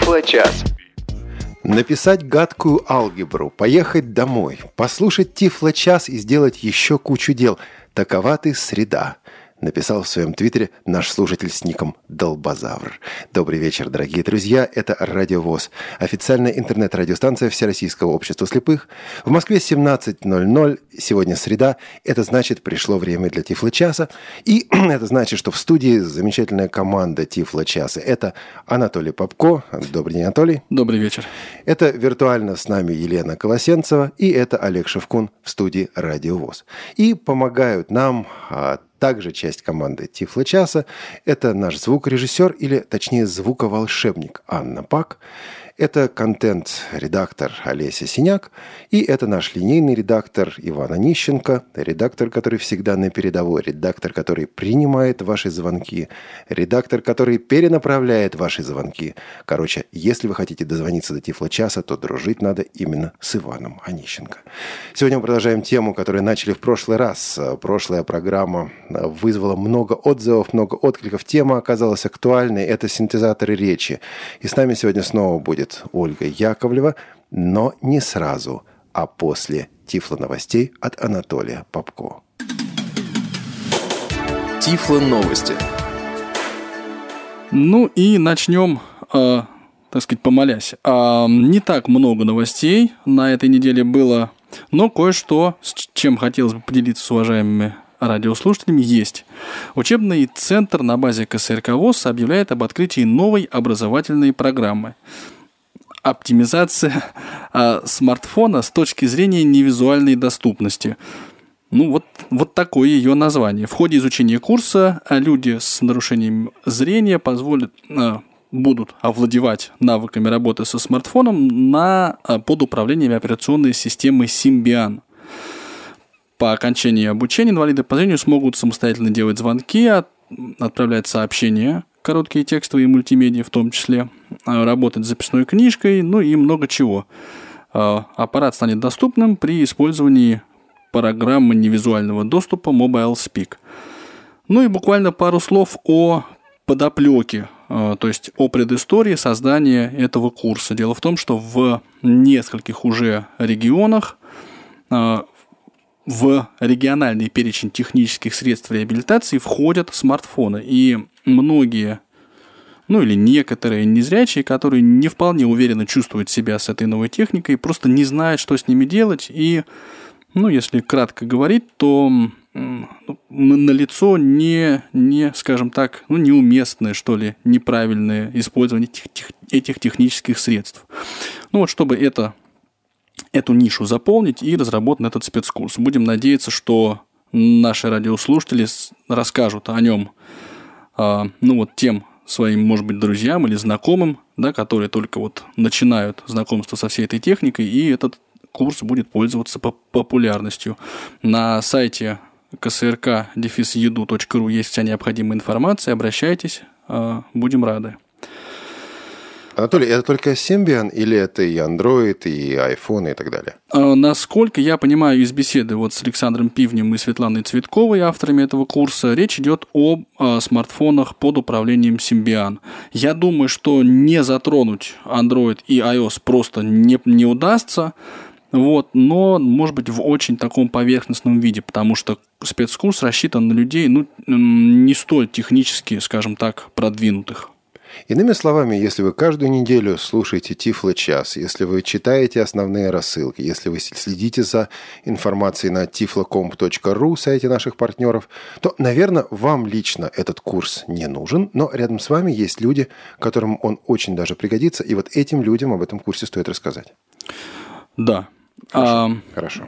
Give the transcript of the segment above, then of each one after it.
Тифло-час. Написать гадкую алгебру, поехать домой, послушать Тифло-час и сделать еще кучу дел. Такова ты среда. Написал в своем твиттере наш слушатель с ником Долбозавр. Добрый вечер, дорогие друзья. Это Радио ВОС, официальная интернет-радиостанция Всероссийского общества слепых. В Москве 17:00. Сегодня среда. Это значит, пришло время для Тифло-часа. И это значит, что в студии замечательная команда Тифло-часа. Это Анатолий Попко. Добрый день, Анатолий. Добрый вечер. Это виртуально с нами Елена Колосенцева. И это Олег Шевкун в студии Радио ВОС. И помогают нам также часть команды Тифло-часа – это наш звукорежиссер, или, точнее, звуковолшебник Анна Пак. Это контент-редактор Олеся Синяк. И это наш линейный редактор Иван Онищенко. Редактор, который всегда на передовой. Редактор, который принимает ваши звонки. Редактор, который перенаправляет ваши звонки. Короче, если вы хотите дозвониться до Тифло-часа, то дружить надо именно с Иваном Онищенко. Сегодня мы продолжаем тему, которую начали в прошлый раз. Прошлая программа вызвала много отзывов, много откликов. Тема оказалась актуальной. Это синтезаторы речи. И с нами сегодня снова будет Ольга Яковлева, но не сразу, а после Тифло-новостей от Анатолия Попко. Тифло-новости. Ну и начнем, так сказать, помолясь. Не так много новостей на этой неделе было, но кое-что, с чем хотелось бы поделиться с уважаемыми радиослушателями, есть. Учебный центр на базе КСРК ВОС объявляет об открытии новой образовательной программы. Оптимизация смартфона с точки зрения невизуальной доступности. Ну, вот такое ее название. В ходе изучения курса люди с нарушением зрения будут овладевать навыками работы со смартфоном под управлением операционной системы Symbian. По окончании обучения инвалиды по зрению смогут самостоятельно делать звонки, отправлять сообщения, короткие текстовые и мультимедиа в том числе, работать с записной книжкой, ну и много чего. Аппарат станет доступным при использовании программы невизуального доступа Mobile Speak. Ну и буквально пару слов о подоплеке, то есть о предыстории создания этого курса. Дело в том, что в нескольких уже регионах в региональный перечень технических средств реабилитации входят смартфоны. И многие, ну или некоторые незрячие, которые не вполне уверенно чувствуют себя с этой новой техникой, просто не знают, что с ними делать. И, если кратко говорить, то налицо скажем так, неуместное, что ли, неправильное использование этих технических средств. Чтобы эту нишу заполнить и разработан этот спецкурс. Будем надеяться, что наши радиослушатели расскажут о нем тем своим, может быть, друзьям или знакомым, да, которые только начинают знакомство со всей этой техникой, и этот курс будет пользоваться популярностью. На сайте ksrk-edu.ru есть вся необходимая информация. Обращайтесь, будем рады. Анатолий, это только Symbian или это и Android, и iPhone и так далее? Насколько я понимаю из беседы с Александром Пивнем и Светланой Цветковой, авторами этого курса, речь идет о смартфонах под управлением Symbian. Я думаю, что не затронуть Android и iOS просто не удастся, но, может быть, в очень таком поверхностном виде, потому что спецкурс рассчитан на людей, не столь технически, скажем так, продвинутых. Иными словами, если вы каждую неделю слушаете Тифло-час, если вы читаете основные рассылки, если вы следите за информацией на tiflocomp.ru, сайте наших партнеров, то, наверное, вам лично этот курс не нужен, но рядом с вами есть люди, которым он очень даже пригодится, и этим людям об этом курсе стоит рассказать. Да. Хорошо.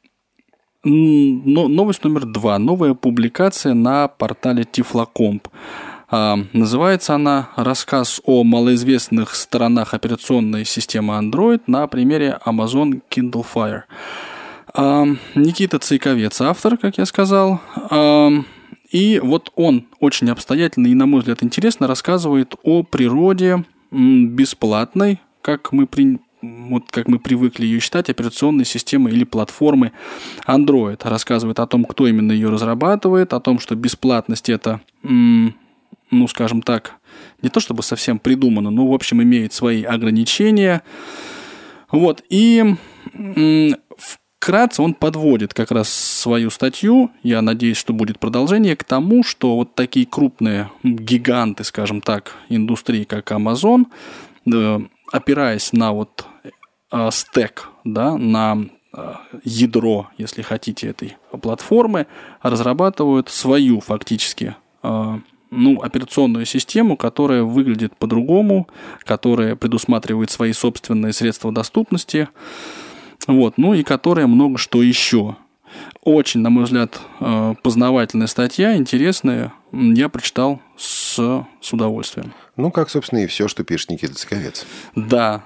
Новость номер 2. Новая публикация на портале Tiflocomp. Называется она «Рассказ о малоизвестных сторонах операционной системы Android на примере Amazon Kindle Fire». Никита Цейковец автор, как я сказал. И он очень обстоятельно и, на мой взгляд, интересно рассказывает о природе бесплатной, как мы привыкли ее считать, операционной системы или платформы Android. Рассказывает о том, кто именно ее разрабатывает, о том, что бесплатность – это, скажем так, не то чтобы совсем придумано, но, в общем, имеет свои ограничения. Вот, и вкратце он подводит как раз свою статью, я надеюсь, что будет продолжение, к тому, что вот такие крупные гиганты, скажем так, индустрии, как Amazon, опираясь на вот стек, да, на ядро, если хотите, этой платформы, разрабатывают свою фактически операционную систему, которая выглядит по-другому, которая предусматривает свои собственные средства доступности, вот, и которая много что еще. Очень, на мой взгляд, познавательная статья, интересная, я прочитал с удовольствием. Как, собственно, и все, что пишет Никита Цыковец. Да.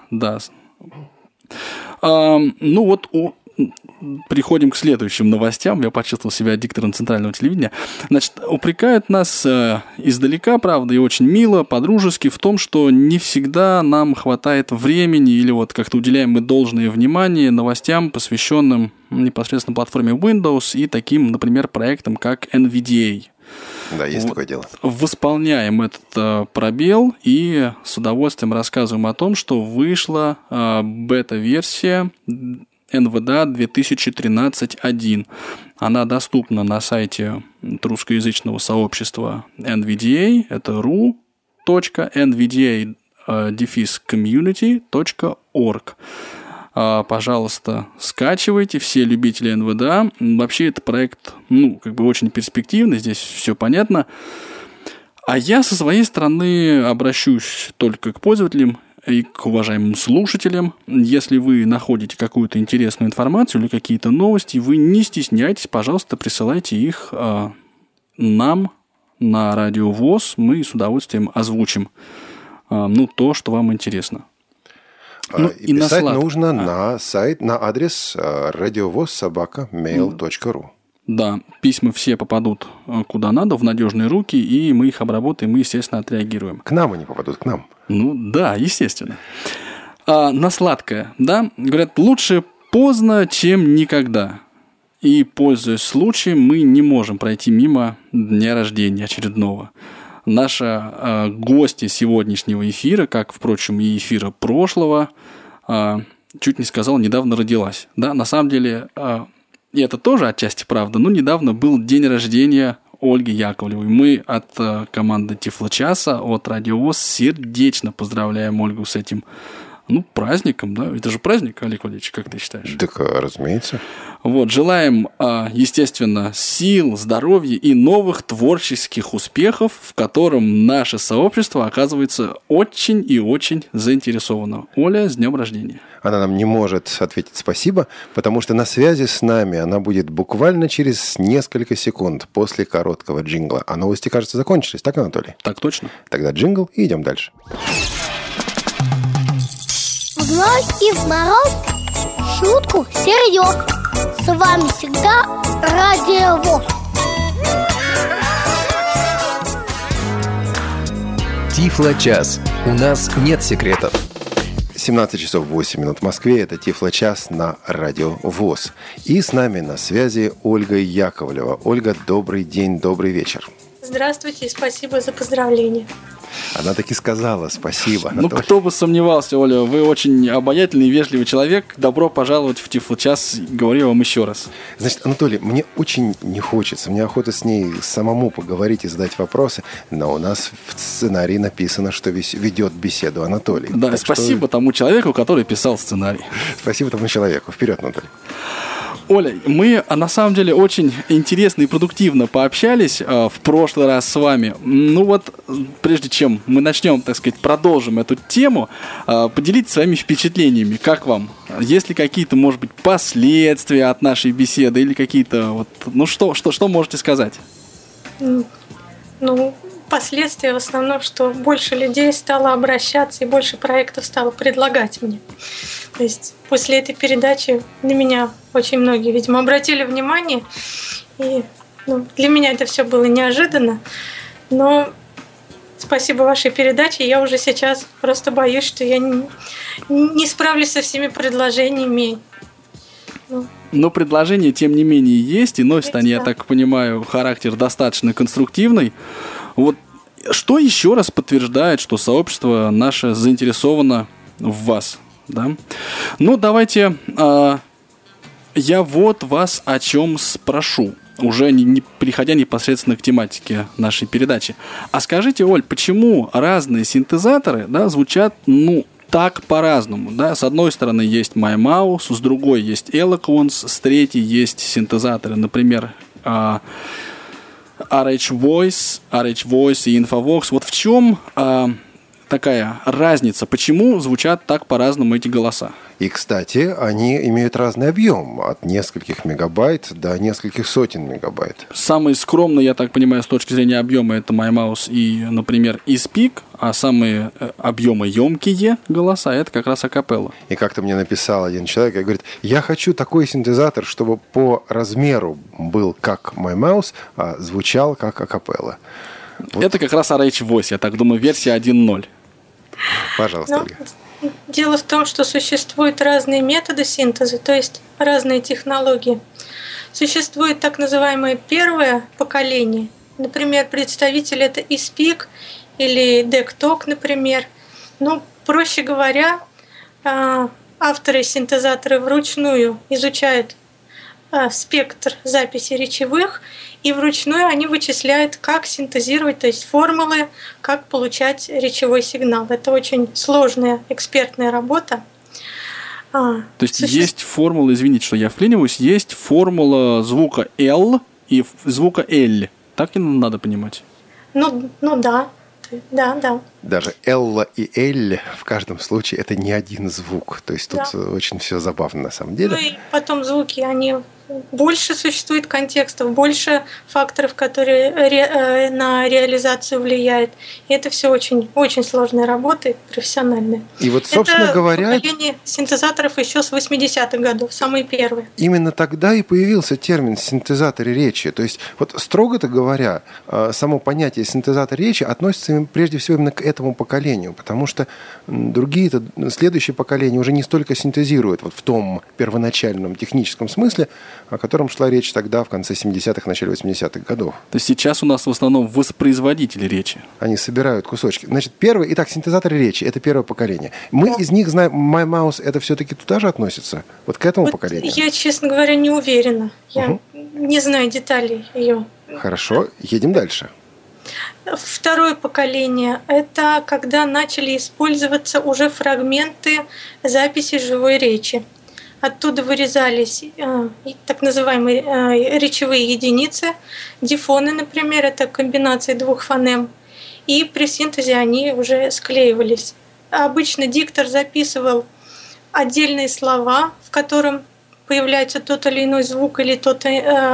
Переходим к следующим новостям. Я почувствовал себя диктором центрального телевидения. Значит, упрекают нас издалека, правда, и очень мило, по-дружески в том, что не всегда нам хватает времени или вот как-то уделяем мы должное внимание новостям, посвященным непосредственно платформе Windows и таким, например, проектам, как NVDA. Да, есть такое дело. Восполняем этот пробел и с удовольствием рассказываем о том, что вышла бета-версия NVDA 2013.1. Она доступна на сайте русскоязычного сообщества NVDA. Это ru.nvda-community.org. Пожалуйста, скачивайте, все любители NVDA. Вообще, это проект, очень перспективный, здесь все понятно. А я со своей стороны обращусь только к пользователям и к уважаемым слушателям. Если вы находите какую-то интересную информацию или какие-то новости, вы не стесняйтесь, пожалуйста, присылайте их нам на Радио ВОС. Мы с удовольствием озвучим то, что вам интересно. И писать нужно на сайт, на адрес radiovos@mail.ru. Да, письма все попадут куда надо, в надежные руки, и мы их обработаем и, естественно, отреагируем. К нам они попадут, к нам. Да, естественно. На сладкое, да, говорят, лучше поздно, чем никогда. И, пользуясь случаем, мы не можем пройти мимо дня рождения очередного. Наша гостья сегодняшнего эфира, как, впрочем, и эфира прошлого, чуть не сказал, недавно родилась. Да, на самом деле, и это тоже отчасти правда, но недавно был день рождения Ольги Яковлевой. Мы от команды Тифлочаса, от Радио ВОС сердечно поздравляем Ольгу с этим праздником, да? Это же праздник, Олег Валерьевич, как ты считаешь? Так, разумеется. Вот, желаем, естественно, сил, здоровья и новых творческих успехов, в котором наше сообщество оказывается очень и очень заинтересовано. Оля, с днем рождения. Она нам не может ответить спасибо, потому что на связи с нами она будет буквально через несколько секунд после короткого джингла. А новости, кажется, закончились. Так, Анатолий? Так точно. Тогда джингл и идем дальше. В ночь и в мороз шутку серьез. С вами всегда Радио ВОС. Тифло-час. У нас нет секретов. 17 часов 8 минут в Москве. Это Тифло-час на Радио ВОС. И с нами на связи Ольга Яковлева. Ольга, добрый день, добрый вечер. Здравствуйте и спасибо за поздравления. Она таки сказала спасибо, Анатолий. Кто бы сомневался, Оля, вы очень обаятельный и вежливый человек. Добро пожаловать в Тифло-час, говорю вам еще раз. Значит, Анатолий, мне очень не хочется, мне охота с ней самому поговорить и задать вопросы, но у нас в сценарии написано, что ведет беседу Анатолий. Да, спасибо тому человеку, который писал сценарий. Спасибо тому человеку. Вперед, Анатолий. Оля, мы на самом деле очень интересно и продуктивно пообщались в прошлый раз с вами. Прежде чем мы начнем, так сказать, продолжим эту тему, поделитесь своими впечатлениями. Как вам? Есть ли какие-то, может быть, последствия от нашей беседы или какие-то что можете сказать? Последствия в основном, что больше людей стало обращаться и больше проектов стало предлагать мне. То есть после этой передачи на меня очень многие, видимо, обратили внимание. И для меня это все было неожиданно. Но спасибо вашей передаче, я уже сейчас просто боюсь, что я не справлюсь со всеми предложениями. Но предложения, тем не менее, есть, и носят они, я так понимаю, характер достаточно конструктивный. Вот Что еще раз подтверждает, что сообщество наше заинтересовано в вас, да? Ну, давайте я вот вас о чем спрошу, уже не переходя непосредственно к тематике нашей передачи. А скажите, Оль, почему разные синтезаторы, да, звучат, так по-разному, да? С одной стороны есть MyMouse, с другой есть Eloquence, с третьей есть синтезаторы, например, RH Voice и Infovox. Вот в чем такая разница? Почему звучат так по-разному эти голоса? И, кстати, они имеют разный объем, от нескольких мегабайт до нескольких сотен мегабайт. Самый скромный, я так понимаю, с точки зрения объема, это MyMouse и, например, eSpeak, а самые объемоемкие голоса, это как раз Acapella. И как-то мне написал один человек, и говорит, я хочу такой синтезатор, чтобы по размеру был как MyMouse, а звучал как Acapella. Вот. Это как раз RH Voice, я так думаю, версия 1.0. Пожалуйста, Ольга. Дело в том, что существуют разные методы синтеза, то есть разные технологии. Существует так называемое первое поколение. Например, представитель это eSpeak или DeckTalk, например. Проще говоря, авторы-синтезаторы вручную изучают спектр записи речевых, и вручную они вычисляют, как синтезировать, то есть формулы, как получать речевой сигнал. Это очень сложная экспертная работа. То есть есть формула, извините, что я вклиниваюсь, есть формула звука L и звука L. Так и надо понимать? Да. Даже Элла и Эль в каждом случае это не один звук. То есть тут очень все забавно на самом деле. И потом звуки, они больше существует контекстов, больше факторов, которые на реализацию влияют. И это все очень, очень сложная работа, профессиональная. И вот, собственно говоря, поколение синтезаторов еще с 80-х годов, самые первые. Именно тогда и появился термин синтезатор речи. То есть, вот строго-то говоря, само понятие синтезатор речи относится прежде всего именно к этому поколению, потому что другие-то, следующие поколения уже не столько синтезируют вот в том первоначальном техническом смысле, о котором шла речь тогда, в конце 70-х, начале 80-х годов. То есть сейчас у нас в основном воспроизводители речи. Они собирают кусочки. Значит, синтезаторы речи – это первое поколение. Мы из них знаем, MyMouse – это все-таки туда же относится? Вот к этому поколению? Я, честно говоря, не уверена. Я не знаю деталей ее. Хорошо, едем дальше. Второе поколение – это когда начали использоваться уже фрагменты записи живой речи. Оттуда вырезались так называемые речевые единицы, дифоны, например, это комбинации двух фонем, и при синтезе они уже склеивались. Обычно диктор записывал отдельные слова, в котором появляется тот или иной звук или та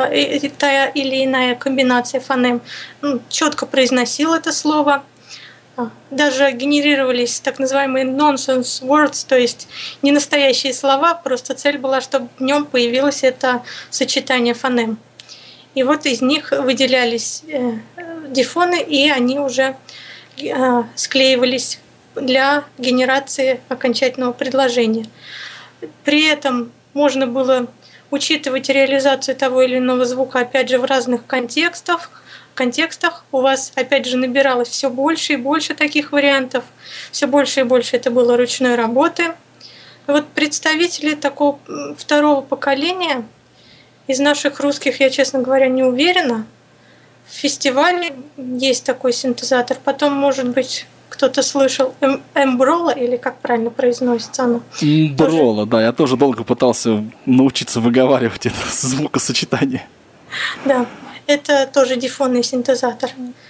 или иная комбинация фонем. Четко произносил это слово. Даже генерировались так называемые nonsense words, то есть не настоящие слова, просто цель была, чтобы в нем появилось это сочетание фонем. И вот из них выделялись дифоны, и они уже склеивались для генерации окончательного предложения. При этом можно было учитывать реализацию того или иного звука, опять же, в разных контекстах у вас, опять же, набиралось все больше и больше таких вариантов, все больше и больше это было ручной работы. Вот представители такого второго поколения из наших русских, я, честно говоря, не уверена. В фестивале есть такой синтезатор, потом, может быть, кто-то слышал Эмброла, или как правильно произносится оно? Эмброла, да, я тоже долго пытался научиться выговаривать это звукосочетание. Да. Это тоже дифонный синтезатор.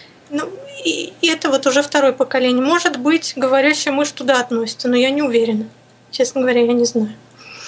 И это вот уже второе поколение. Может быть, говорящая мышь туда относится, но я не уверена. Честно говоря, я не знаю.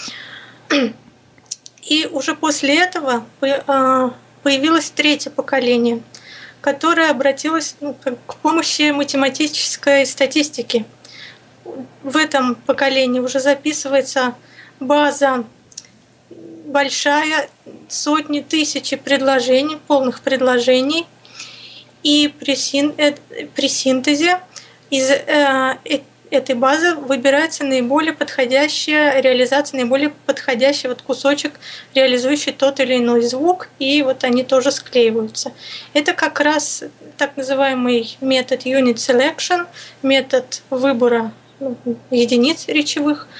И уже после этого появилось третье поколение, которое обратилось к помощи математической статистики. В этом поколении уже записывается база большая, сотни, тысячи предложений, полных предложений. И при синтезе из этой базы выбирается наиболее подходящая реализация, наиболее подходящий кусочек, реализующий тот или иной звук, и вот они тоже склеиваются. Это как раз так называемый метод unit selection, метод выбора единиц речевых.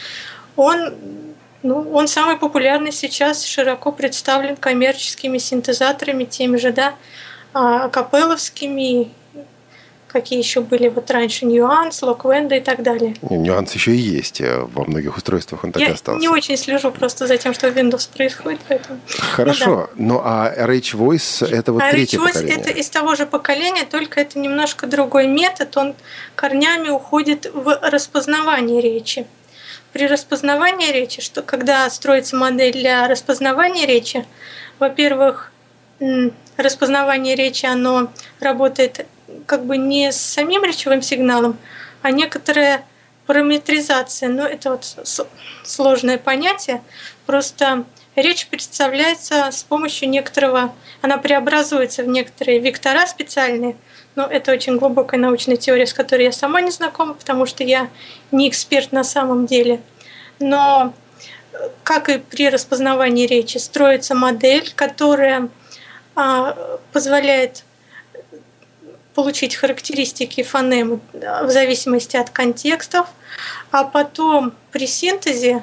Он самый популярный сейчас, широко представлен коммерческими синтезаторами, теми же, акапелловскими, какие еще были вот раньше, Nuance, Loquendo и так далее. Nuance еще и есть во многих устройствах, он так и остался. Я не очень слежу просто за тем, что в Windows происходит, поэтому... Хорошо, а RH Voice — это вот третье поколение? RH Voice — это из того же поколения, только это немножко другой метод, он корнями уходит в распознавание речи. При распознавании речи, когда строится модель для распознавания речи, во-первых, распознавание речи, оно работает как бы не с самим речевым сигналом, а некоторая параметризация. Это вот сложное понятие. Просто речь представляется с помощью некоторого... Она преобразуется в некоторые вектора специальные, но это очень глубокая научная теория, с которой я сама не знакома, потому что я не эксперт на самом деле. Но, как и при распознавании речи, строится модель, которая позволяет получить характеристики фонемы в зависимости от контекстов, а потом при синтезе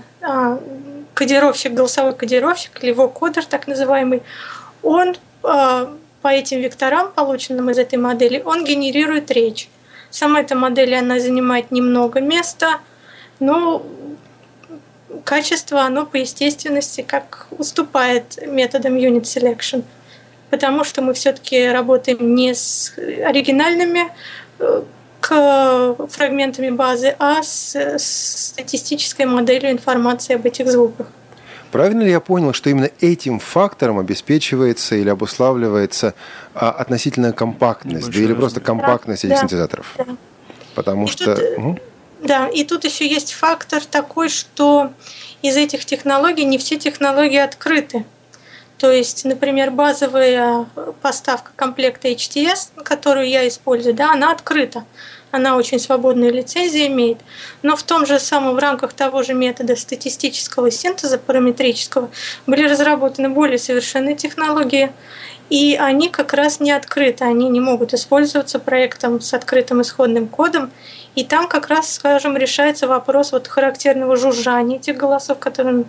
голосовой кодировщик или вокодер, так называемый, он по этим векторам, полученным из этой модели, он генерирует речь. Сама эта модель, она занимает немного места, но качество, оно по естественности как уступает методам unit selection, потому что мы все-таки работаем не с оригинальными фрагментами базы, а с статистической моделью информации об этих звуках. Правильно ли я понял, что именно этим фактором обеспечивается или обуславливается относительная компактность, или просто компактность этих синтезаторов? Да. Потому что... Да, и тут еще есть фактор такой, что из этих технологий не все технологии открыты. То есть, например, базовая поставка комплекта HTS, которую я использую, она открыта. Она очень свободную лицензию имеет. Но в том же самом, в рамках того же метода статистического синтеза параметрического были разработаны более совершенные технологии, и они как раз не открыты, они не могут использоваться проектом с открытым исходным кодом. И там как раз, скажем, решается вопрос характерного жужжания этих голосов, которым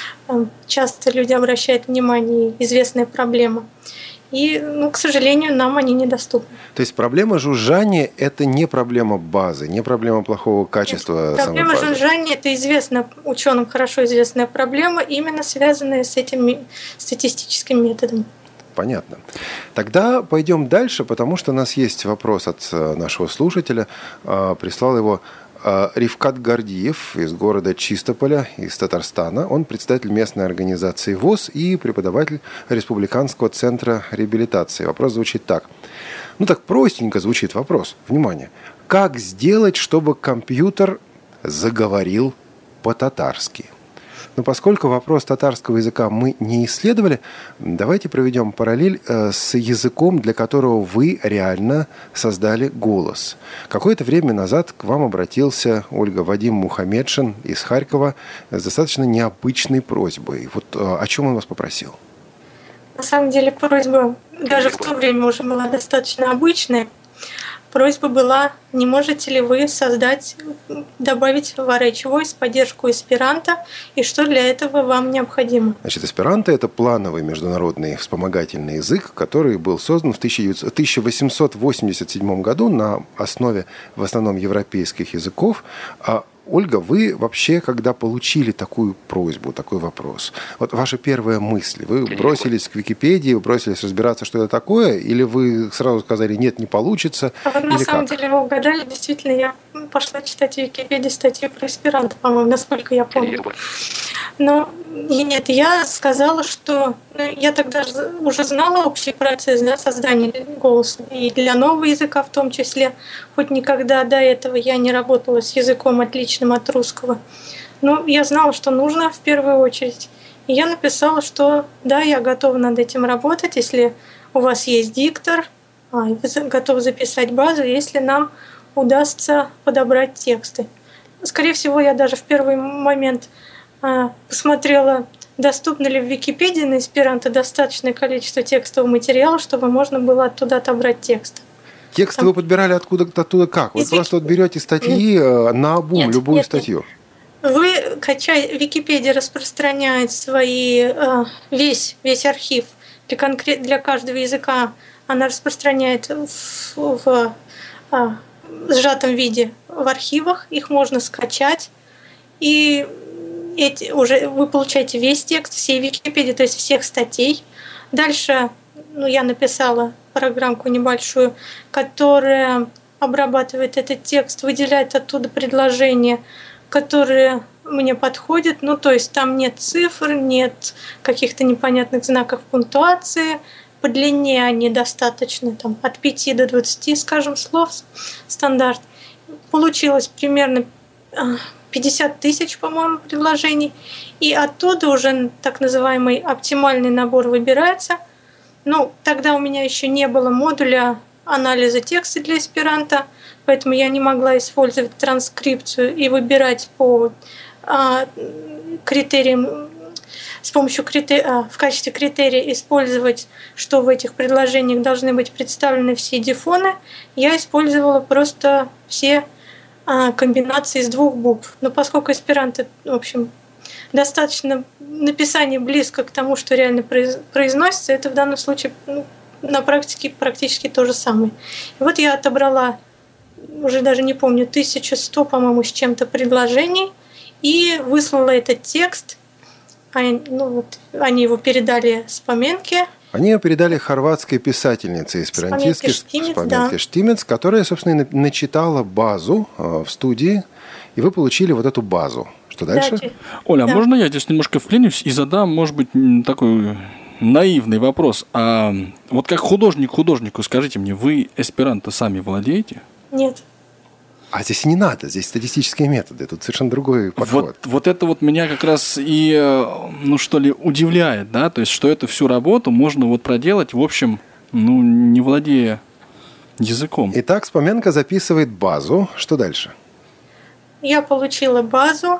часто люди обращают внимание, известная проблема. И, к сожалению, нам они недоступны. То есть проблема жужжания – это не проблема базы, не проблема плохого качества самой базы? Проблема жужжания – это известная, ученым хорошо известная проблема, именно связанная с этим статистическим методом. Понятно. Тогда пойдем дальше, потому что у нас есть вопрос от нашего слушателя. Прислал его Ривкат Гордиев из города Чистополя, из Татарстана. Он представитель местной организации ВОС и преподаватель Республиканского центра реабилитации. Вопрос звучит так. Так простенько звучит вопрос. Внимание. Как сделать, чтобы компьютер заговорил по-татарски? Поскольку вопрос татарского языка мы не исследовали, давайте проведем параллель с языком, для которого вы реально создали голос. Какое-то время назад к вам обратился Вадим Мухамедшин из Харькова с достаточно необычной просьбой. О чем он вас попросил? На самом деле просьба даже в то время уже была достаточно обычная. Просьба была, не можете ли вы добавить в RH Voice поддержку эсперанто, и что для этого вам необходимо? Значит, эсперанто – это плановый международный вспомогательный язык, который был создан в 1887 году на основе в основном европейских языков. Ольга, вы вообще, когда получили такую просьбу, такой вопрос, ваша первая мысль, вы бросились к Википедии, вы бросились разбираться, что это такое, или вы сразу сказали, нет, не получится, На самом деле вы угадали, действительно, я пошла читать в Википедии статью про эсперанто, по-моему, насколько я помню. Но нет, я сказала, что я тогда уже знала общий процесс создания голоса, и для нового языка в том числе, хоть никогда до этого я не работала с языком отличным от русского. Но я знала, что нужно в первую очередь. И я написала, что да, я готова над этим работать, если у вас есть диктор, и вы готовы записать базу, если нам удастся подобрать тексты. Скорее всего, я даже в первый момент посмотрела, доступно ли в Википедии на эсперанто достаточное количество текстового материала, чтобы можно было оттуда отобрать текст. Тексты вы подбирали оттуда как? Вы просто вот берете статьи наобум, любую статью? Вы, Википедия распространяет весь архив для каждого языка. Она распространяет в сжатом виде в архивах. Их можно скачать. И вы получаете весь текст всей Википедии, то есть всех статей. Дальше я написала программку небольшую, которая обрабатывает этот текст, выделяет оттуда предложения, которые мне подходят. То есть там нет цифр, нет каких-то непонятных знаков пунктуации. По длине они достаточно, там, от 5 до 20, скажем, слов стандарт. Получилось примерно 50 тысяч, по-моему, предложений. И оттуда уже так называемый оптимальный набор выбирается. Тогда у меня еще не было модуля анализа текста для эсперанто, поэтому я не могла использовать транскрипцию и выбирать по критериям, в качестве критерия использовать, что в этих предложениях должны быть представлены все дифоны. Я использовала просто все комбинации из 2 букв. Но поскольку эсперанто, в общем, достаточно написание близко к тому, что реально произносится, это в данном случае на практике практически то же самое. И вот я отобрала, уже даже не помню, 1100, по-моему, с чем-то предложений и выслала этот текст. Они его передали Споменке. Они ее передали хорватской писательнице эсперантистке Споменке Štимец, которая, собственно, и начитала базу в студии, и вы получили вот эту базу. Что дальше? Оля, можно я здесь немножко вклинюсь и задам, может быть, такой наивный вопрос? А вот как художнику, скажите мне, вы эсперанто сами владеете? Нет. А здесь не надо, здесь статистические методы, тут совершенно другой подход. Вот это вот меня как раз и, удивляет, да, то есть, что эту всю работу можно проделать, в общем, не владея языком. Итак, Споменка записывает базу. Что дальше? Я получила базу,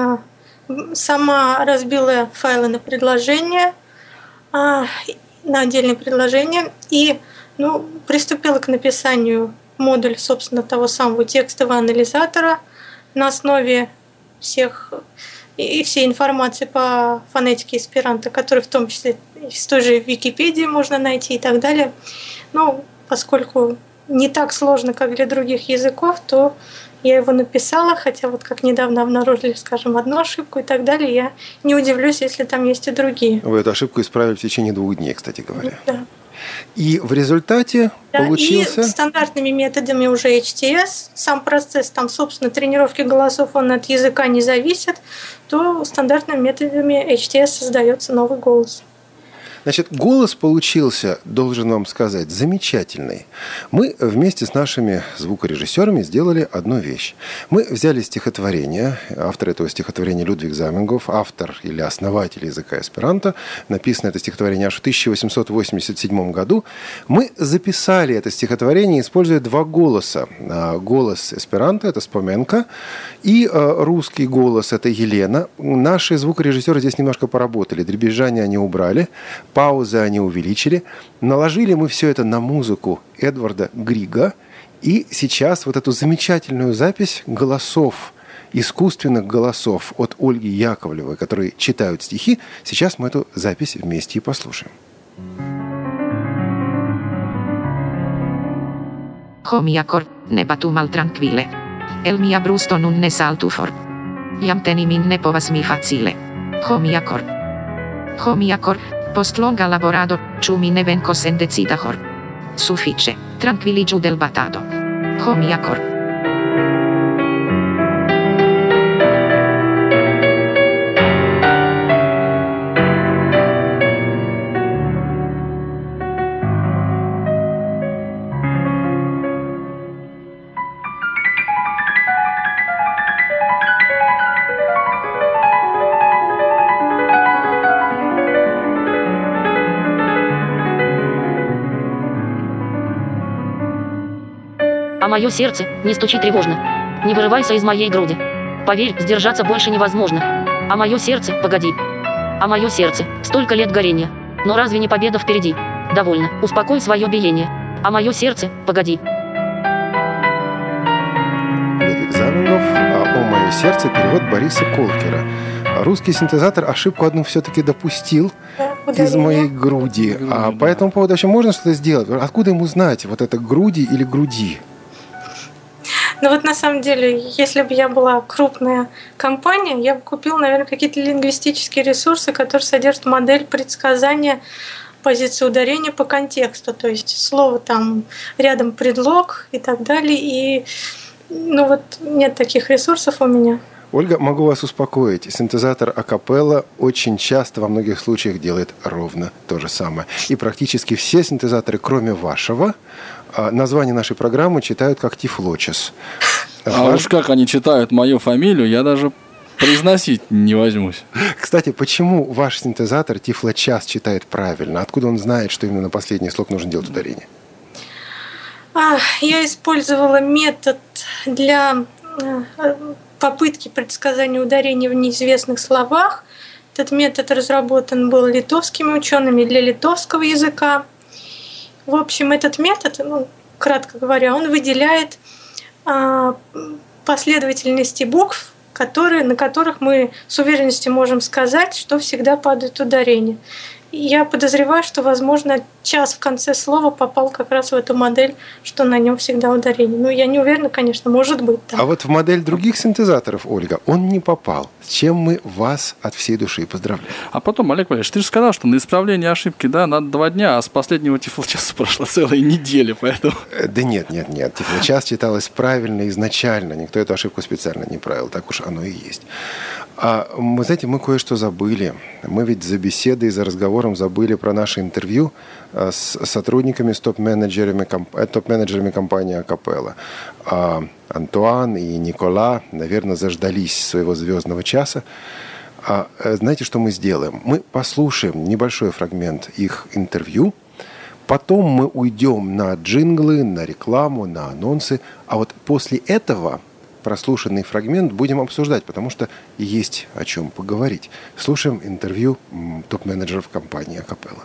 сама разбила файлы на предложения, на отдельные предложения и приступила к написанию модуля, собственно, того самого текстового анализатора на основе всей информации по фонетике эсперанто, которую в том числе из той же Википедии можно найти и так далее. Поскольку не так сложно, как для других языков, то я его написала, хотя как недавно обнаружили, скажем, одну ошибку и так далее, я не удивлюсь, если там есть и другие. Вы эту ошибку исправили в течение 2 дней, кстати говоря. Да. И в результате получился... И стандартными методами уже HTS, сам процесс, там, собственно, тренировки голосов, он от языка не зависит, то стандартными методами HTS создается новый голос. Значит, голос получился, должен вам сказать, замечательный. Мы вместе с нашими звукорежиссерами сделали одну вещь. Мы взяли стихотворение, автор этого стихотворения Людвиг Замингов, автор или основатель языка эсперанто, написано это стихотворение аж в 1887 году. Мы записали это стихотворение, используя 2 голоса. Голос эсперанто – это Споменка, и русский голос – это Елена. Наши звукорежиссеры здесь немножко поработали, дребезжание они убрали, паузы они увеличили. Наложили мы все это на музыку Эдварда Грига. И сейчас вот эту замечательную запись голосов, искусственных голосов от Ольги Яковлевой, которые читают стихи, сейчас мы эту запись вместе и послушаем. Homia cor, ne batu mal tranquille. El mia brusto nun ne saltu for. Jam tenimin ne povas mi facile. Homia cor. Homia cor. Post longa laborado, ĉu mi ne venkos en decida hor. Sufiĉe, trankviliĝu del batado. Homia cor. А мое сердце не стучи тревожно. Не вырывайся из моей груди. Поверь, сдержаться больше невозможно. А мое сердце, погоди. А мое сердце, столько лет горения. Но разве не победа впереди? Довольно, успокой свое биение. А мое сердце, погоди. Замингов, «О мое сердце», перевод Бориса Колкера. Русский синтезатор ошибку одну все-таки допустил из моей груди. А по этому поводу вообще можно что-то сделать? Откуда ему знать, вот это груди или груди? Ну вот на самом деле, если бы я была крупная компания, я бы купила, наверное, какие-то лингвистические ресурсы, которые содержат модель предсказания позиции ударения по контексту. То есть слово там рядом предлог и так далее. И ну вот нет таких ресурсов у меня. Ольга, могу вас успокоить. Синтезатор акапелла очень часто во многих случаях делает ровно то же самое. И практически все синтезаторы, кроме вашего, название нашей программы читают как Тифлочас. Уж как они читают мою фамилию, я даже произносить не возьмусь. Кстати, почему ваш синтезатор Тифлочас читает правильно? Откуда он знает, что именно на последний слог нужно делать ударение? Я использовала метод для попытки предсказания ударения в неизвестных словах. Этот метод разработан был литовскими учеными для литовского языка. В общем, этот метод, кратко говоря, он выделяет последовательности букв, на которых мы с уверенностью можем сказать, что всегда падает ударение. И я подозреваю, что, возможно, час в конце слова попал как раз в эту модель, что на нем всегда ударение. Ну, я не уверена, конечно, может быть так. А вот в модель других синтезаторов, Ольга, он не попал. С чем мы вас от всей души поздравляем. А потом, Олег Валерьевич, ты же сказал, что на исправление ошибки, да, надо 2 дня, а с последнего Тифлочаса прошла целая неделя, поэтому... Да нет. Тифлочас читалось правильно изначально. Никто эту ошибку специально не правил. Так уж оно и есть. А вы знаете, мы кое-что забыли. Мы ведь за беседой, за разговором забыли про наше интервью с сотрудниками, с топ-менеджерами компании Акапелла. Антуан и Никола, наверное, заждались своего звездного часа. Знаете, что мы сделаем? Мы послушаем небольшой фрагмент их интервью, потом мы уйдем на джинглы, на рекламу, на анонсы, а вот после этого прослушанный фрагмент будем обсуждать, потому что есть о чем поговорить. Слушаем интервью топ-менеджеров компании Акапелла.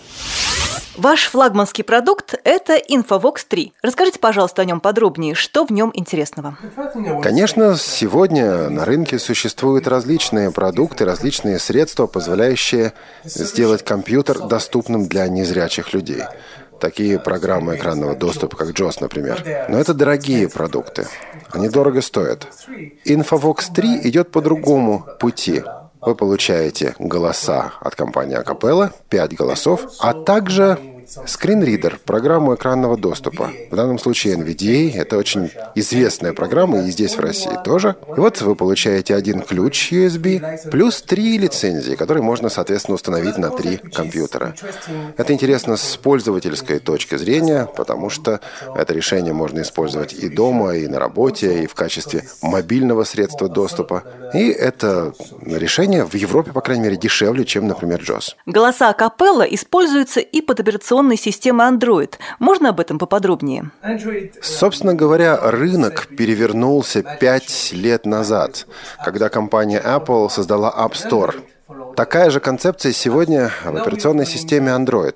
Ваш флагманский продукт – это InfoVox 3. Расскажите, пожалуйста, о нем подробнее. Что в нем интересного? Конечно, сегодня на рынке существуют различные продукты, различные средства, позволяющие сделать компьютер доступным для незрячих людей. Такие программы экранного доступа, как JAWS, например. Но это дорогие продукты. Они дорого стоят. InfoVox 3 идет по другому пути. Вы получаете голоса от компании Акапелла, 5 голосов, а также скринридер, программу экранного доступа. В данном случае NVDA, это очень известная программа, и здесь в России тоже. И вот вы получаете 1 ключ USB, плюс 3 лицензии, которые можно, соответственно, установить на 3 компьютера. Это интересно с пользовательской точки зрения, потому что это решение можно использовать и дома, и на работе, и в качестве мобильного средства доступа. И это решение в Европе, по крайней мере, дешевле, чем, например, JAWS. Голоса Акапелла используются и под операционной системы Android. Можно об этом поподробнее? Собственно говоря, рынок перевернулся 5 лет назад, когда компания Apple создала App Store. Такая же концепция сегодня в операционной системе Android.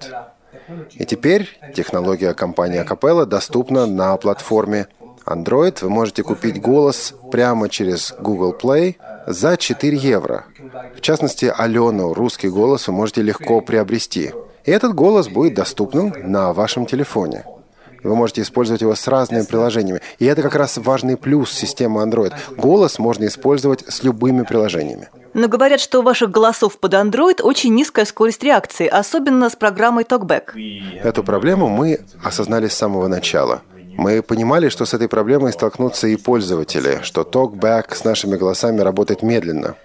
И теперь технология компании Acapella доступна на платформе Android. Вы можете купить голос прямо через Google Play за 4 евро. В частности, Алену, русский голос, вы можете легко приобрести. И этот голос будет доступным на вашем телефоне. Вы можете использовать его с разными приложениями. И это как раз важный плюс системы Android. Голос можно использовать с любыми приложениями. Но говорят, что у ваших голосов под Android очень низкая скорость реакции, особенно с программой TalkBack. Эту проблему мы осознали с самого начала. Мы понимали, что с этой проблемой столкнутся и пользователи, что TalkBack с нашими голосами работает медленно.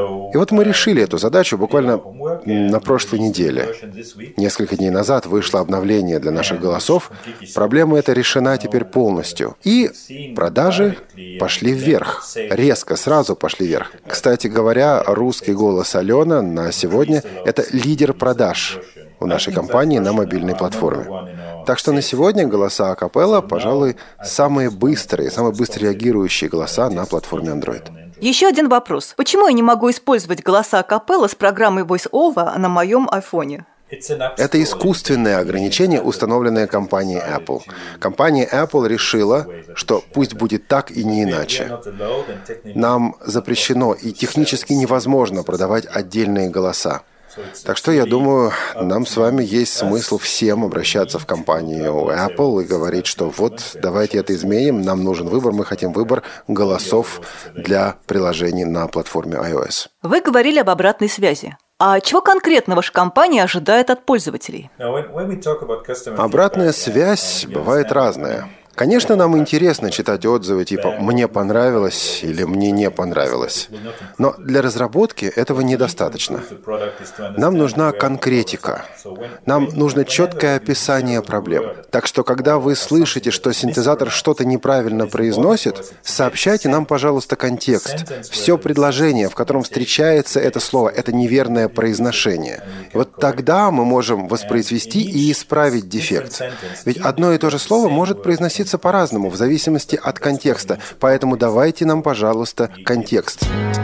И вот мы решили эту задачу буквально на прошлой неделе. Несколько дней назад вышло обновление для наших голосов. Проблема эта решена теперь полностью. И продажи пошли вверх. Резко, сразу пошли вверх. Кстати говоря, русский голос Алена на сегодня – это лидер продаж у нашей компании на мобильной платформе. Так что на сегодня голоса Акапелла, пожалуй, самые быстрые, самые быстро реагирующие голоса на платформе Android. Еще один вопрос. Почему я не могу использовать голоса Акапелла с программой VoiceOver на моем айфоне? Это искусственное ограничение, установленное компанией Apple. Компания Apple решила, что пусть будет так и не иначе. Нам запрещено и технически невозможно продавать отдельные голоса. Так что, я думаю, нам с вами есть смысл всем обращаться в компанию Apple и говорить, что вот, давайте это изменим, нам нужен выбор, мы хотим выбор голосов для приложений на платформе iOS. Вы говорили об обратной связи. А чего конкретно ваша компания ожидает от пользователей? Обратная связь бывает разная. Конечно, нам интересно читать отзывы типа «мне понравилось» или «мне не понравилось». Но для разработки этого недостаточно. Нам нужна конкретика. Нам нужно четкое описание проблем. Так что, когда вы слышите, что синтезатор что-то неправильно произносит, сообщайте нам, пожалуйста, контекст. Все предложение, в котором встречается это слово, это неверное произношение. И вот тогда мы можем воспроизвести и исправить дефект. Ведь одно и то же слово может произноситься по-разному, в зависимости от контекста. Поэтому давайте нам, пожалуйста, контекст.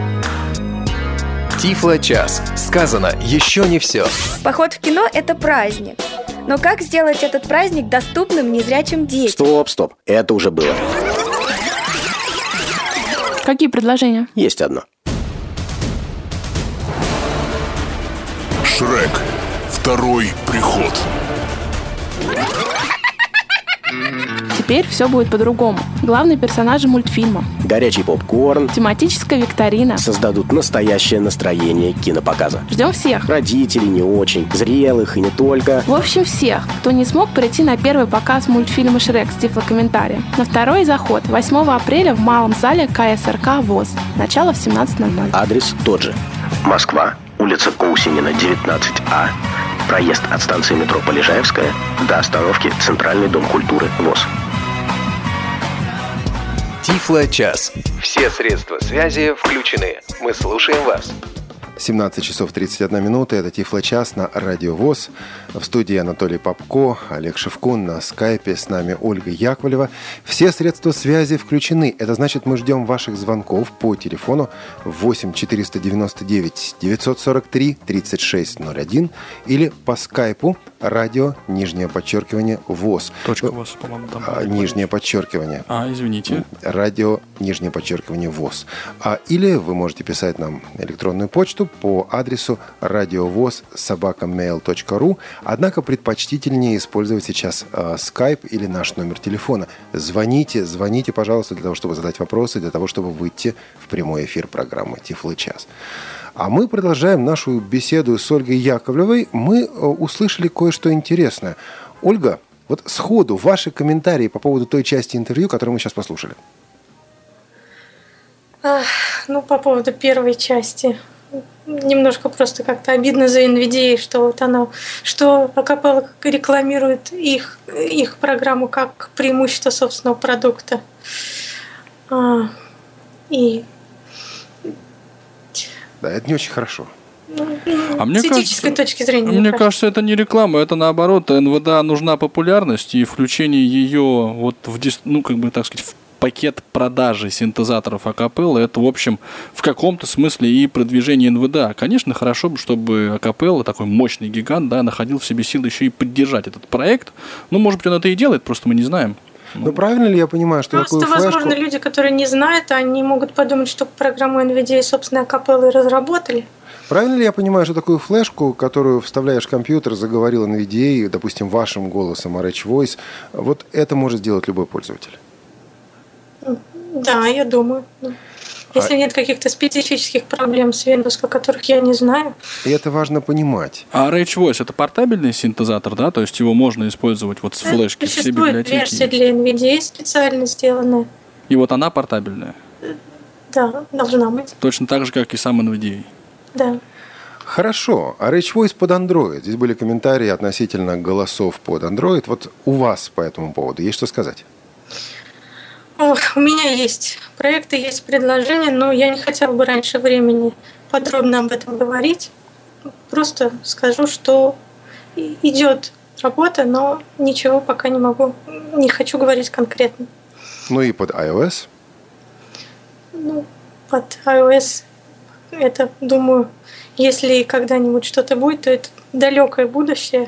Тифло-час. Сказано еще не все. Поход в кино – это праздник. Но как сделать этот праздник доступным незрячим детям? Стоп. Это уже было. Какие предложения? Есть одно. Шрек. Второй приход. Теперь все будет по-другому. Главные персонажи мультфильма. Горячий попкорн. Тематическая викторина. Создадут настоящее настроение кинопоказа. Ждем всех. Родителей не очень, зрелых и не только. В общем, всех, кто не смог прийти на первый показ мультфильма «Шрек» с тифлокомментарием. На второй заход 8 апреля в малом зале КСРК ВОС. Начало в 17:00. Адрес тот же. Москва, улица Коусинина, 19А. Проезд от станции метро Полежаевская до остановки Центральный дом культуры ВОС. Тифло-час. Все средства связи включены. Мы слушаем вас. 17 часов 31 минута. Это Тифло-час на Радио ВОС. В студии Анатолий Попко, Олег Шевкун. На скайпе с нами Ольга Яковлева. Все средства связи включены. Это значит, мы ждем ваших звонков по телефону 8 499 943 3601 или по скайпу радио, _ВОС. Точка ВОС, по-моему, там. _. Извините. Радио, _ВОС. Или вы можете писать нам электронную почту по адресу radiovoz@mail.ru. Однако предпочтительнее использовать сейчас Skype или наш номер телефона. Звоните, пожалуйста, для того, чтобы задать вопросы, для того, чтобы выйти в прямой эфир программы «Тифло-час». А мы продолжаем нашу беседу с Ольгой Яковлевой. Мы услышали кое-что интересное. Ольга, вот сходу ваши комментарии по поводу той части интервью, которую мы сейчас послушали. По поводу первой части. Немножко просто как-то обидно за NVIDIA, что Акапелла рекламирует их программу как преимущество собственного продукта. Да, это не очень хорошо. С этической точки зрения. Мне кажется, это не реклама, это наоборот. НВДА нужна популярность, и включение ее в пакет продажи синтезаторов Акапеллы, это, в общем, в каком-то смысле и продвижение НВДА. Конечно, хорошо бы, чтобы Акапелла, такой мощный гигант, находил в себе силы еще и поддержать этот проект. Может быть, он это и делает, просто мы не знаем. Правильно ли я понимаю, что просто, такую флешку... возможно, люди, которые не знают, они могут подумать, что программу NVIDIA, собственно, Акапеллы разработали. Правильно ли я понимаю, что такую флешку, которую вставляешь в компьютер, заговорил NVIDIA, допустим, вашим голосом, RH Voice, вот это может сделать любой пользователь? Да, я думаю. Если нет каких-то специфических проблем с Windows, о которых я не знаю. И это важно понимать. А RH Voice — это портабельный синтезатор, да? То есть его можно использовать с флешки, все библиотеки? Версия для NVIDIA специально сделанная. И вот она портабельная? Да, должна быть. Точно так же, как и сам NVIDIA? Да. Хорошо. А RH Voice под Android? Здесь были комментарии относительно голосов под Android. Вот у вас по этому поводу есть что сказать? У меня есть проекты, есть предложения, но я не хотела бы раньше времени подробно об этом говорить. Просто скажу, что идет работа, но ничего пока не хочу говорить конкретно. И под iOS? Под iOS это, думаю, если когда-нибудь что-то будет, то это далекое будущее.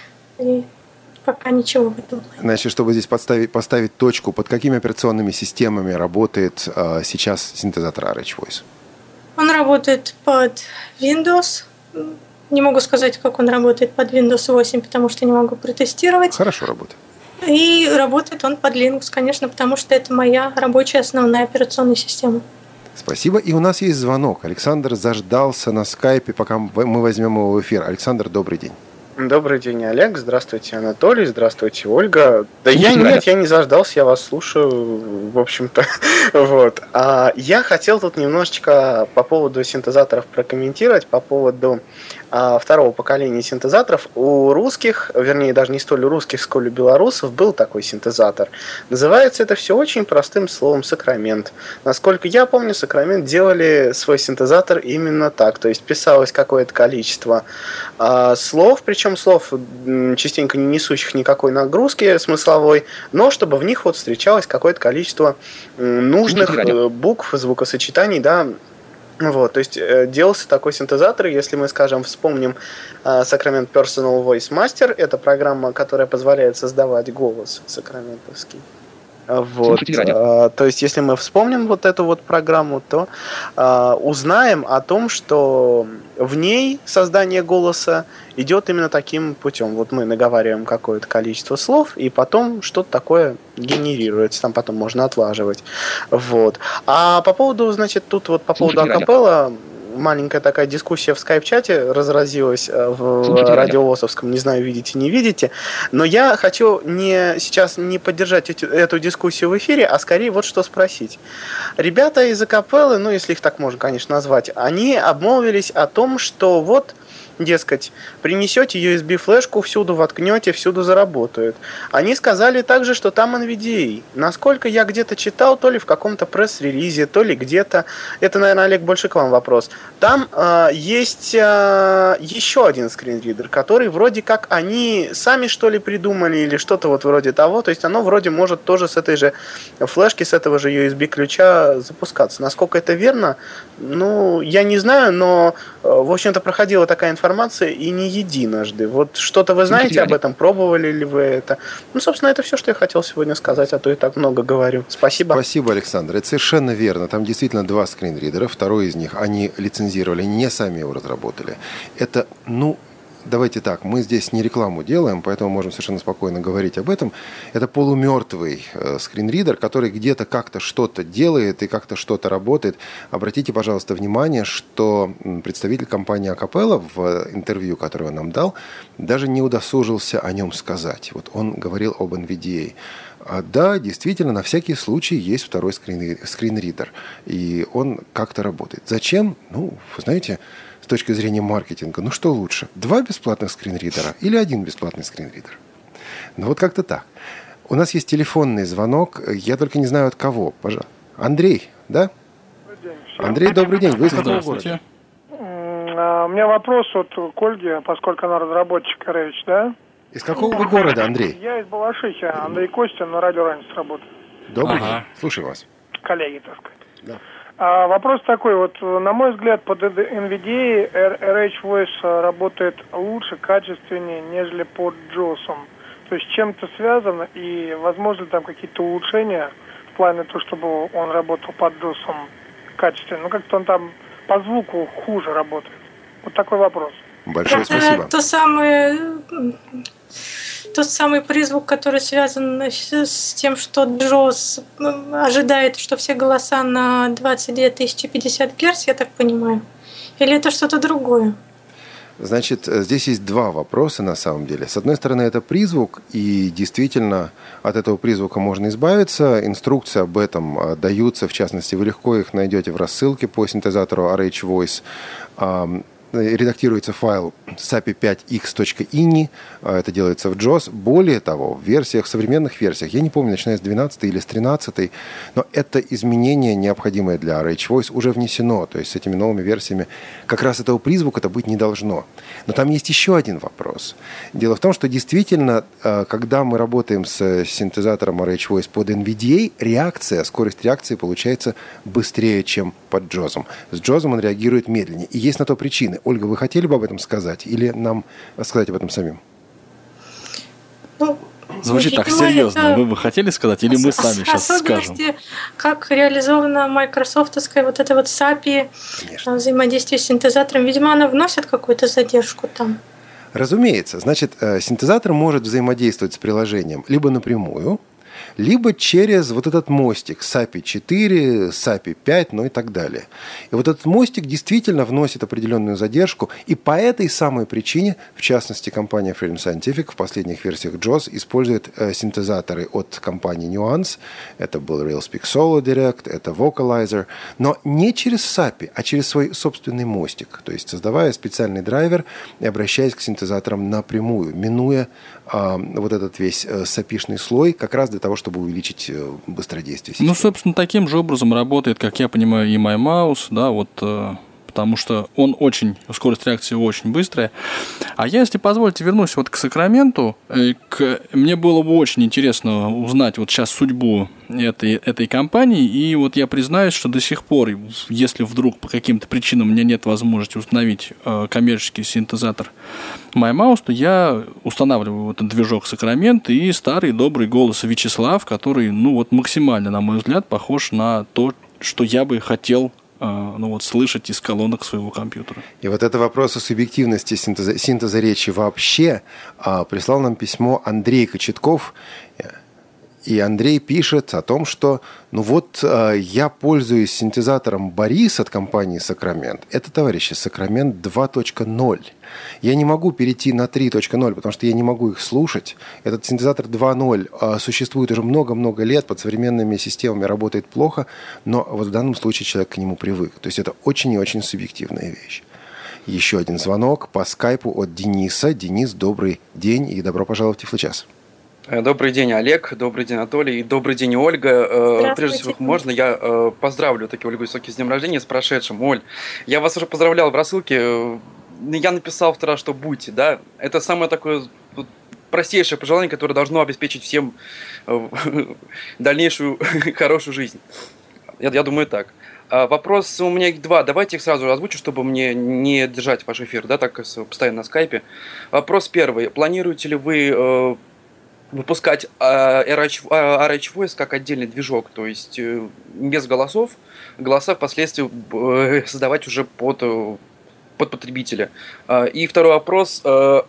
И пока ничего в этом. Значит, чтобы здесь поставить точку, под какими операционными системами работает сейчас синтезатор RH Voice? Он работает под Windows. Не могу сказать, как он работает под Windows 8, потому что не могу протестировать. Хорошо работает. И работает он под Linux, конечно, потому что это моя рабочая основная операционная система. Спасибо. И у нас есть звонок. Александр заждался на скайпе, пока мы возьмем его в эфир. Александр, добрый день. Добрый день, Олег. Здравствуйте, Анатолий. Здравствуйте, Ольга. Да я не заждался, я вас слушаю, в общем-то. Вот. Я хотел тут немножечко по поводу синтезаторов прокомментировать, по поводу второго поколения синтезаторов. У русских, вернее, даже не столь у русских, сколь у белорусов, был такой синтезатор. Называется это все очень простым словом «сакрамент». Насколько я помню, «Сакрамент» делали свой синтезатор именно так. То есть писалось какое-то количество слов, причем слов частенько не несущих никакой нагрузки смысловой, но чтобы в них вот встречалось какое-то количество нужных букв, звукосочетаний, да. Вот, то есть делался такой синтезатор, если мы, скажем, вспомним Sacrament Personal Voice Master, это программа, которая позволяет создавать голос сакраментовский. Вот. То есть, если мы вспомним вот эту вот программу, то узнаем о том, что в ней создание голоса идет именно таким путем. Вот мы наговариваем какое-то количество слов, и потом что-то такое генерируется, там потом можно отлаживать. Вот. А по поводу, значит, тут вот по поводу акапелла, маленькая такая дискуссия в скайп-чате разразилась в радиовосовском, не знаю, видите, не видите, но я хочу сейчас не поддержать эту дискуссию в эфире, а скорее вот что спросить. Ребята из акапеллы, ну, если их так можно, конечно, назвать, они обмолвились о том, что вот, дескать, принесете USB-флешку, всюду воткнете, всюду заработают. Они сказали также, что там NVDA. Насколько я где-то читал, то ли в каком-то пресс-релизе, то ли где-то, это, наверное, Олег, больше к вам вопрос, там есть еще один скринридер, который вроде как они сами, что ли, придумали или что-то вот вроде того, то есть оно вроде может тоже с этой же флешки, с этого же USB-ключа запускаться. Насколько это верно? Ну, я не знаю, но, в общем-то, проходила такая информация и не единожды. Вот что-то вы знаете об этом? Пробовали ли вы это? Ну, собственно, это все, что я хотел сегодня сказать, а то и так много говорю. Спасибо. Спасибо, Александр. Это совершенно верно. Там действительно два скринридера. Второй из них они лицензировали, не сами его разработали. Это, давайте так, мы здесь не рекламу делаем, поэтому можем совершенно спокойно говорить об этом. Это полумертвый скринридер, который где-то как-то что-то делает и как-то что-то работает. Обратите, пожалуйста, внимание, что представитель компании Acapella в интервью, которое он нам дал, даже не удосужился о нем сказать. Вот он говорил об NVDA. Да, действительно, на всякий случай есть второй скринридер, и он как-то работает. Зачем? Вы знаете, с точки зрения маркетинга, что лучше? 2 бесплатных скринридера или 1 бесплатный скринридер? Вот как-то так. У нас есть телефонный звонок, я только не знаю от кого. Пожалуйста. Андрей, да? Андрей, добрый день. Вы из какого города? У меня вопрос к Ольге, поскольку она разработчик RH, да? Из какого вы города, Андрей? Я из Балашихи, Андрей Костин, на радио «Ранец» работает. Добрый день, слушаю вас. Коллеги, так сказать. Да. Вопрос такой, на мой взгляд, под NVDA RH Voice работает лучше, качественнее, нежели под JAWS. То есть чем это связано и возможно ли там какие-то улучшения в плане того, чтобы он работал под JAWS качественно? Как-то он там по звуку хуже работает. Вот такой вопрос. Большое спасибо. Тот самый призвук, который связан с тем, что JAWS ожидает, что все голоса на 22 050 Гц, я так понимаю. Или это что-то другое? Значит, здесь есть два вопроса на самом деле. С одной стороны, это призвук, и действительно от этого призвука можно избавиться. Инструкции об этом даются, в частности, вы легко их найдете в рассылке по синтезатору RH Voice. Редактируется файл sapi5x.ini, это делается в JAWS. Более того, в современных версиях, я не помню, начиная с 12 или с 13, но это изменение, необходимое для RH Voice, уже внесено. То есть с этими новыми версиями как раз этого призвука-то быть не должно. Но там есть еще один вопрос. Дело в том, что действительно, когда мы работаем с синтезатором RH Voice под NVDA, скорость реакции получается быстрее, чем под JAWS. С JAWS он реагирует медленнее. И есть на то причины. эффективны. Ольга, вы хотели бы об этом сказать или нам сказать об этом самим? Звучит так серьезно. Вы бы хотели сказать, или мы сами сейчас скажем? Как реализована майкрософтовская вот эта вот SAPI, взаимодействие с синтезатором, видимо, она вносит какую-то задержку там. Разумеется. Значит, синтезатор может взаимодействовать с приложением либо напрямую, либо через вот этот мостик SAPI 4, SAPI 5, ну и так далее. И вот этот мостик действительно вносит определенную задержку, и по этой самой причине, в частности, компания Freedom Scientific в последних версиях JAWS использует синтезаторы от компании Nuance, это был RealSpeak Solo Direct, это Vocalizer, но не через SAPI, а через свой собственный мостик, то есть создавая специальный драйвер и обращаясь к синтезаторам напрямую, минуя вот этот весь SAPI-шный слой, как раз для того, чтобы увеличить быстродействие системы. Ну, собственно, таким же образом работает, как я понимаю, и MyMouse, да, вот, потому что скорость реакции очень быстрая. А я, если позволите, вернусь вот к Сакраменту. Мне было бы очень интересно узнать вот сейчас судьбу этой компании, и вот я признаюсь, что до сих пор, если вдруг по каким-то причинам у меня нет возможности установить коммерческий синтезатор MyMouse, то я устанавливаю этот движок Сакрамент и старый добрый голос Вячеслав, который, максимально, на мой взгляд, похож на то, что я бы хотел слышать из колонок своего компьютера. И вот это вопрос о субъективности синтеза речи вообще прислал нам письмо Андрей Кочетков. И Андрей пишет о том, что я пользуюсь синтезатором Борис от компании Сакрамент. Это, товарищи, Сакрамент 2.0. Я не могу перейти на 3.0, потому что я не могу их слушать. Этот синтезатор 2.0 существует уже много-много лет, под современными системами работает плохо, но вот в данном случае человек к нему привык. То есть это очень и очень субъективная вещь. Еще один звонок по скайпу от Дениса. Денис, добрый день и добро пожаловать в Тифлочас. Добрый день, Олег, добрый день, Анатолий, и добрый день, Ольга. Прежде всего, можно я поздравлю таки Ольгу Высокий с днем рождения, с прошедшим. Оль, я вас уже поздравлял в рассылке, я написал второй раз, что будьте, да, это самое такое простейшее пожелание, которое должно обеспечить всем дальнейшую хорошую жизнь. Я думаю так. Вопрос у меня их два. Давайте их сразу озвучу, чтобы мне не держать ваш эфир, да, так постоянно на скайпе. Вопрос первый. Планируете ли вы выпускать RH Voice как отдельный движок, то есть без голосов, голоса впоследствии создавать уже под потребителя. И второй вопрос.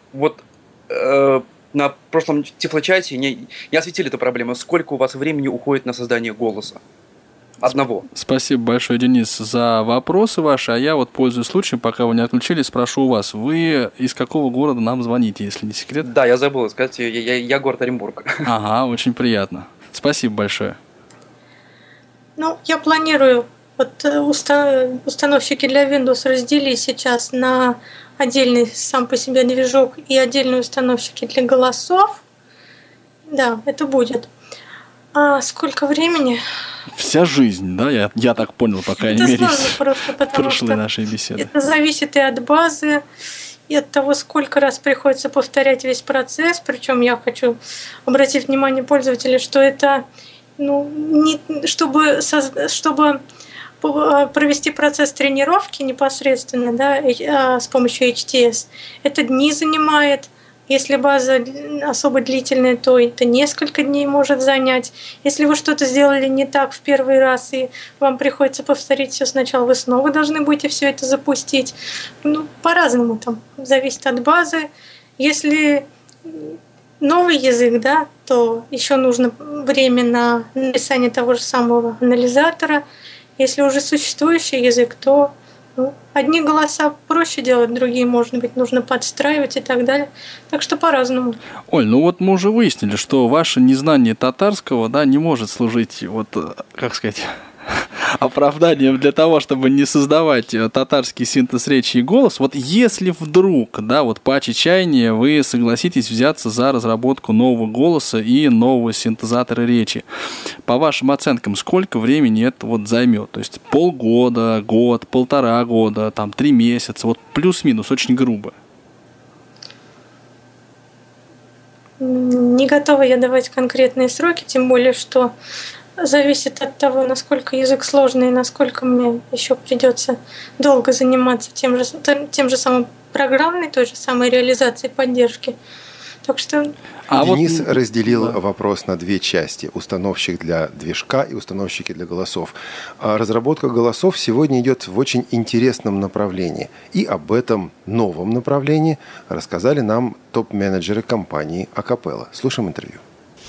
На прошлом Тифлочате не осветили эту проблему. Сколько у вас времени уходит на создание голоса? Одного. Спасибо большое, Денис, за вопросы ваши. А я пользуясь случаем, пока вы не отключились, спрошу у вас. Вы из какого города нам звоните, если не секрет? Да, я забыл сказать. Я город Оренбург. Ага, очень приятно. Спасибо большое. Я планирую. Установщики для Windows разделили сейчас на отдельный сам по себе движок и отдельные установщики для голосов. Да, это будет. А сколько времени? Вся жизнь, да? Я так понял, по крайней мере, из прошлой нашей беседы. Это зависит и от базы, и от того, сколько раз приходится повторять весь процесс. Причем я хочу обратить внимание пользователя, что это не чтобы провести процесс тренировки непосредственно, да, с помощью HTS, это дни занимает. Если база особо длительная, то это несколько дней может занять. Если вы что-то сделали не так в первый раз, и вам приходится повторить все сначала, вы снова должны будете все это запустить. По-разному там, зависит от базы. Если новый язык, да, то еще нужно время на написание того же самого анализатора. Если уже существующий язык, то одни голоса проще делать, другие, может быть, нужно подстраивать и так далее. Так что по-разному. Оль, мы уже выяснили, что ваше незнание татарского, да, не может служить, оправданием для того, чтобы не создавать татарский синтез речи и голос. Если вдруг, да, по отчаянию вы согласитесь взяться за разработку нового голоса и нового синтезатора речи, по вашим оценкам, сколько времени это займет? То есть полгода, год, 1,5 года, 3 месяца, плюс-минус, очень грубо. Не готова я давать конкретные сроки, тем более, что зависит от того, насколько язык сложный, насколько мне еще придется долго заниматься тем же самым программной, той же самой реализацией поддержки. Так что... Денис разделил вопрос на две части. Установщик для движка и установщики для голосов. Разработка голосов сегодня идет в очень интересном направлении. И об этом новом направлении рассказали нам топ-менеджеры компании Acapella. Слушаем интервью.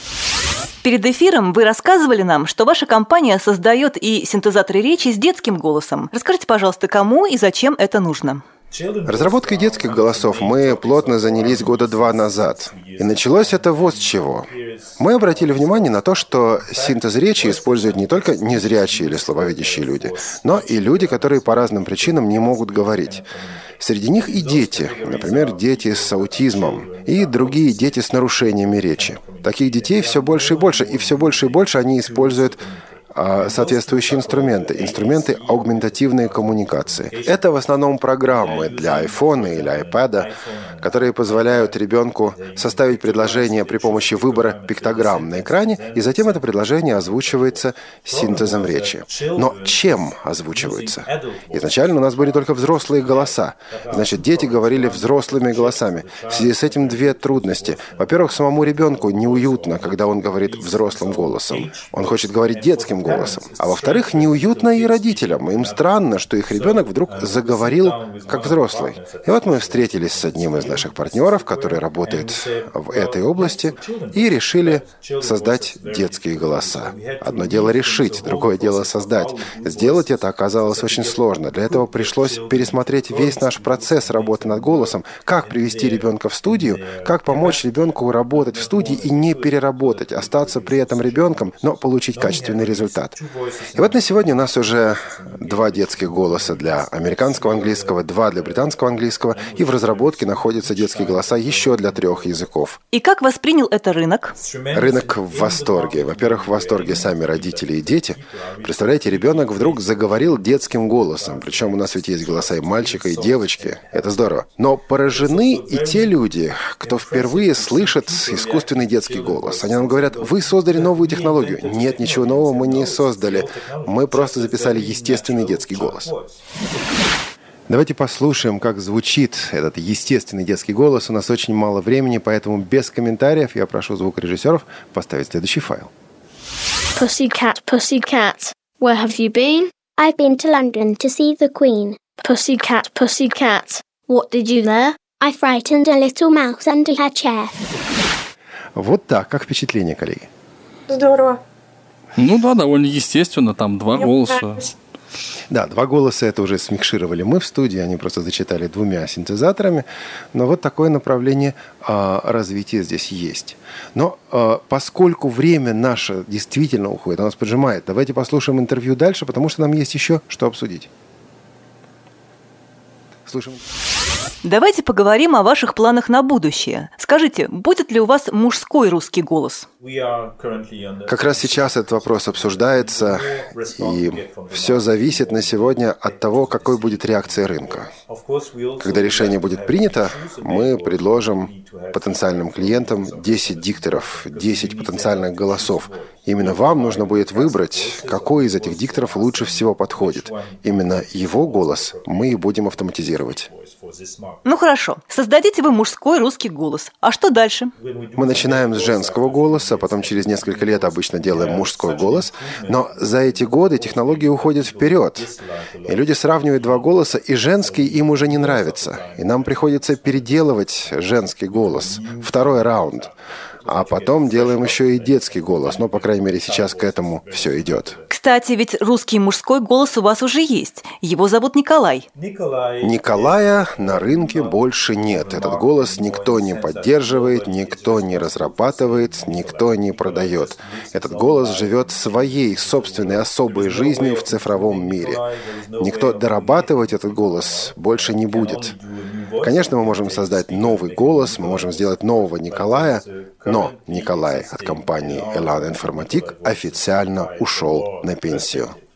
Перед эфиром вы рассказывали нам, что ваша компания создает и синтезаторы речи с детским голосом. Расскажите, пожалуйста, кому и зачем это нужно? Разработкой детских голосов мы плотно занялись года 2 назад. И началось это вот с чего. Мы обратили внимание на то, что синтез речи используют не только незрячие или слабовидящие люди, но и люди, которые по разным причинам не могут говорить. Среди них и дети, например, дети с аутизмом и другие дети с нарушениями речи. Таких детей все больше и больше они используют соответствующие инструменты аугментативной коммуникации. Это в основном программы для iPhone или iPad, которые позволяют ребенку составить предложение при помощи выбора пиктограмм на экране, и затем это предложение озвучивается синтезом речи. Но чем озвучивается? Изначально у нас были только взрослые голоса. Значит, дети говорили взрослыми голосами. В связи с этим две трудности. Во-первых, самому ребенку неуютно, когда он говорит взрослым голосом. Он хочет говорить детским голосом. А во-вторых, неуютно и родителям. Им странно, что их ребенок вдруг заговорил как взрослый. И вот мы встретились с одним из наших партнеров, который работает в этой области, и решили создать детские голоса. Одно дело решить, другое дело создать. Сделать это оказалось очень сложно. Для этого пришлось пересмотреть весь наш процесс работы над голосом, как привести ребенка в студию, как помочь ребенку работать в студии и не переработать, остаться при этом ребенком, но получить качественный результат. И вот на сегодня у нас уже 2 детских голоса для американского английского, 2 для британского английского, и в разработке находятся детские голоса еще для 3 языков. И как воспринял это рынок? Рынок в восторге. Во-первых, в восторге сами родители и дети. Представляете, ребенок вдруг заговорил детским голосом. Причем у нас ведь есть голоса и мальчика, и девочки. Это здорово. Но поражены и те люди, кто впервые слышит искусственный детский голос. Они нам говорят: вы создали новую технологию. Нет, ничего нового мы не создали. Мы просто записали естественный детский голос. Давайте послушаем, как звучит этот естественный детский голос. У нас очень мало времени, поэтому без комментариев я прошу звукорежиссеров поставить следующий файл. Pussycat, pussycat, where have you been? I've been to London to see the Queen. Pussycat, pussycat, what did you there? I frightened a little mouse under her chair. Вот так. Как впечатление, коллеги? Здорово. Ну да, довольно естественно, там 2 голоса. Нравится. Да, 2 голоса это уже смикшировали мы в студии, они просто зачитали 2 синтезаторами. Но вот такое направление развития здесь есть. Но поскольку время наше действительно уходит, оно нас поджимает, давайте послушаем интервью дальше, потому что нам есть еще что обсудить. Слушаем. Давайте поговорим о ваших планах на будущее. Скажите, будет ли у вас мужской русский голос? Как раз сейчас этот вопрос обсуждается, и все зависит на сегодня от того, какой будет реакция рынка. Когда решение будет принято, мы предложим потенциальным клиентам 10 дикторов, 10 потенциальных голосов. Именно вам нужно будет выбрать, какой из этих дикторов лучше всего подходит. Именно его голос мы и будем автоматизировать. Ну хорошо, создадите вы мужской русский голос. А что дальше? Мы начинаем с женского голоса, потом через несколько лет обычно делаем мужской голос, но за эти годы технологии уходят вперед. И люди сравнивают 2 голоса, и женский им уже не нравится. И нам приходится переделывать женский голос. 2-й раунд. А потом делаем еще и детский голос. Но, по крайней мере, сейчас к этому все идет. Кстати, ведь русский мужской голос у вас уже есть. Его зовут Николай. Николая на рынке больше нет. Этот голос никто не поддерживает, никто не разрабатывает, никто не продает. Этот голос живет своей собственной особой жизнью в цифровом мире. Никто дорабатывать этот голос больше не будет. Конечно, мы можем создать новый голос, мы можем сделать нового Николая, но Николай от компании Elan Informatik официально ушел на пенсию.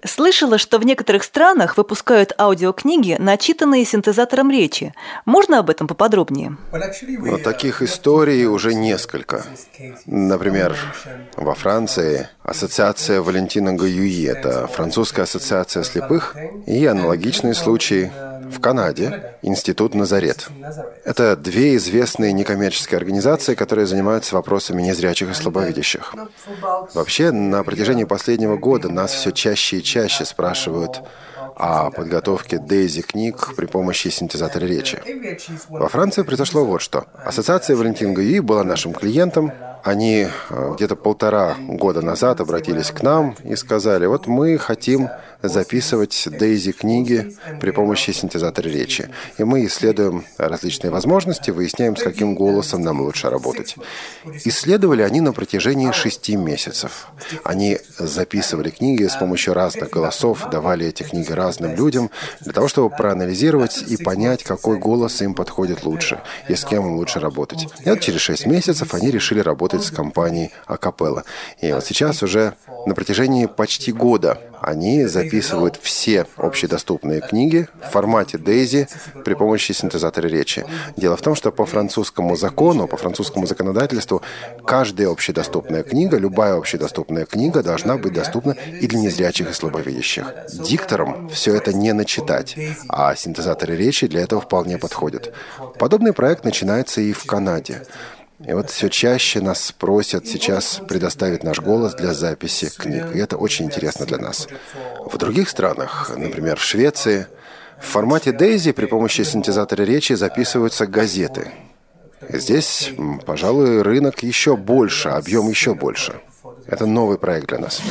Слышала, что в некоторых странах выпускают аудиокниги, начитанные синтезатором речи. Можно об этом поподробнее? Но таких историй уже несколько. Например, во Франции ассоциация Валентина Гаюи – это французская ассоциация слепых, и аналогичные случаи в Канаде – Институт Назарет. Это две известные некоммерческие организации, которые занимаются вопросами незрячих и слабовидящих. Вообще, на протяжении последнего года нас все чаще и чаще спрашивают о подготовке Дейзи книг при помощи синтезатора речи. Во Франции произошло вот что. Ассоциация Валентин Гаюи была нашим клиентом. Они где-то 1,5 года назад обратились к нам и сказали, вот мы хотим записывать Дейзи книги при помощи синтезатора речи. И мы исследуем различные возможности, выясняем, с каким голосом нам лучше работать. Исследовали они на протяжении 6 месяцев. Они записывали книги с помощью разных голосов, давали эти книги разным людям, для того, чтобы проанализировать и понять, какой голос им подходит лучше, и с кем им лучше работать. И вот через 6 месяцев они решили работать с компанией Акапелла. И вот сейчас уже на протяжении почти года они записывают все общедоступные книги в формате Дейзи при помощи синтезатора речи. Дело в том, что по французскому закону, по французскому законодательству, каждая общедоступная книга, любая общедоступная книга должна быть доступна и для незрячих и слабовидящих. Дикторам все это не начитать, а синтезаторы речи для этого вполне подходят. Подобный проект начинается и в Канаде. И вот все чаще нас просят сейчас предоставить наш голос для записи книг. И это очень интересно для нас. В других странах, например, в Швеции, в формате Дейзи при помощи синтезатора речи записываются газеты. И здесь, пожалуй, рынок еще больше, объем еще больше. Это новый проект для нас.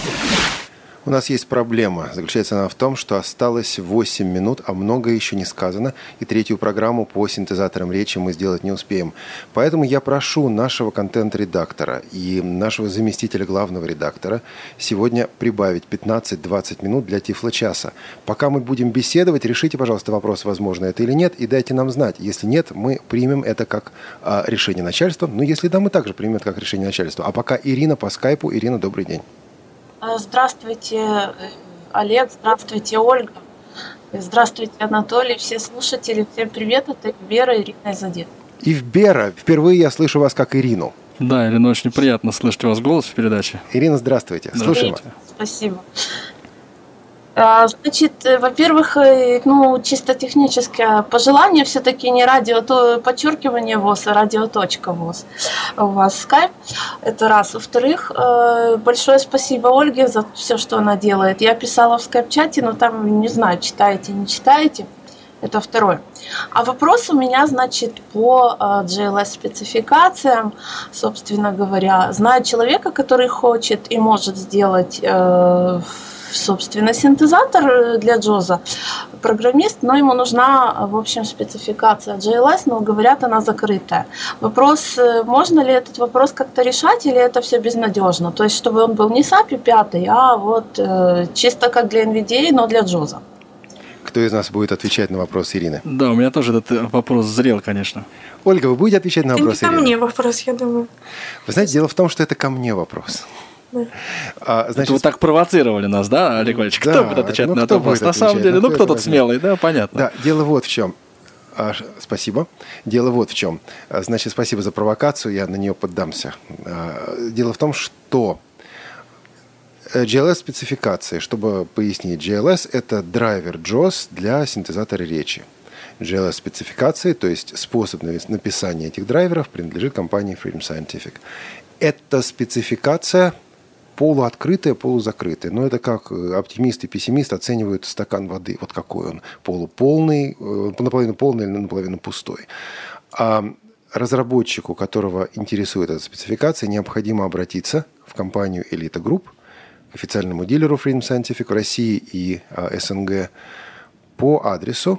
У нас есть проблема. Заключается она в том, что осталось 8 минут, а многое еще не сказано, и третью программу по синтезаторам речи мы сделать не успеем. Поэтому я прошу нашего контент-редактора и нашего заместителя главного редактора сегодня прибавить 15-20 минут для Тифло-часа. Пока мы будем беседовать, решите, пожалуйста, вопрос, возможно это или нет, и дайте нам знать. Если нет, мы примем это как решение начальства. Но если да, мы также примем это как решение начальства. А пока Ирина по скайпу. Ирина, добрый день. Здравствуйте, Олег, здравствуйте, Ольга, здравствуйте, Анатолий, все слушатели, всем привет, это Вера, Ирина из Одессы. Вера, впервые я слышу вас как Ирину. Да, Ирина, очень приятно слышать у вас голос в передаче. Ирина, здравствуйте, слушаем вас. Спасибо. Значит, во-первых, чисто техническое пожелание, все-таки не радио, то подчеркивание ВОЗ, а радио.ВОЗ. У вас скайп, это раз. Во-вторых, большое спасибо Ольге за все, что она делает. Я писала в скайп-чате, но там, не знаю, читаете, не читаете. Это второе. А вопрос у меня, значит, по GLS-спецификациям, собственно говоря. Знаю человека, который хочет и может сделать... собственно, синтезатор для джоза, программист, но ему нужна, в общем, спецификация GLS, но, говорят, она закрытая. Вопрос, можно ли этот вопрос как-то решать, или это все безнадежно? То есть, чтобы он был не SAPI 5, а вот чисто как для NVDA, но для джоза. Кто из нас будет отвечать на вопрос Ирины? Да, у меня тоже этот вопрос зрел, конечно. Ольга, вы будете отвечать на вопрос Ирины? Это не ко мне вопрос, я думаю. Вы знаете, дело в том, что это ко мне вопрос. Значит, вы так провоцировали нас, да, Олег Валерьевич? Кто будет отвечать на этот вопрос? На самом деле, кто тут смелый, да, понятно. Да, дело вот в чем. Спасибо. Дело вот в чем. Значит, спасибо за провокацию, я на нее поддамся. Дело в том, что GLS-спецификации, чтобы пояснить, GLS – это драйвер JAWS для синтезатора речи. GLS-спецификации, то есть способ написания этих драйверов, принадлежит компании Freedom Scientific. Эта спецификация полуоткрытая, полузакрытая. Но это как оптимист и пессимист оценивают стакан воды. Вот какой он. Полуполный, наполовину полный или наполовину пустой. А разработчику, которого интересует эта спецификация, необходимо обратиться в компанию Elite Group, к официальному дилеру Freedom Scientific в России и СНГ по адресу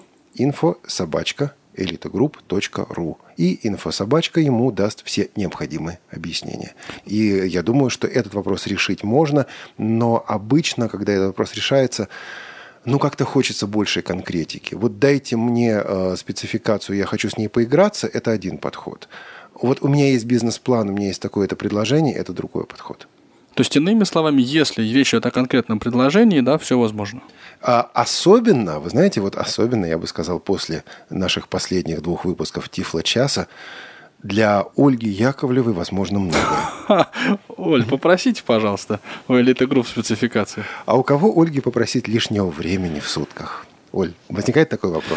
info@elitegroup.ru. И инфособачка ему даст все необходимые объяснения. И я думаю, что этот вопрос решить можно, но обычно, когда этот вопрос решается, как-то хочется большей конкретики. Вот дайте мне спецификацию, я хочу с ней поиграться, это один подход. Вот у меня есть бизнес-план, у меня есть такое-то предложение, это другой подход. То есть, иными словами, если речь идет о конкретном предложении, да, все возможно. Особенно, вы знаете, вот особенно, я бы сказал, после наших последних 2 выпусков Тифло-часа, для Ольги Яковлевой возможно многое. Оль, попросите, пожалуйста, у Elite Group спецификации. А у кого Ольге попросить лишнего времени в сутках? Оль, возникает такой вопрос?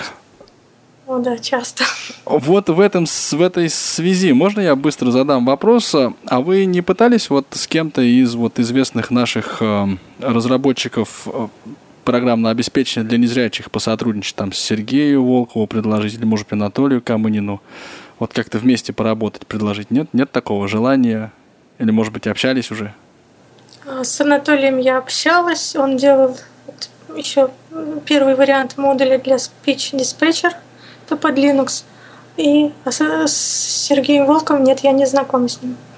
О, да, часто. Вот в этой связи можно я быстро задам вопрос? А вы не пытались вот с кем-то из вот известных наших разработчиков программного обеспечения для незрячих посотрудничать там с Сергеем Волкову предложить, или, может быть, Анатолию Камынину? Вот как-то вместе поработать, предложить? Нет? Нет такого желания? Или, может быть, общались уже? С Анатолием я общалась. Он делал еще первый вариант модуля для Speech Dispatcher, это под Linux. И с Сергеем Волковым нет, я не знакома с ним.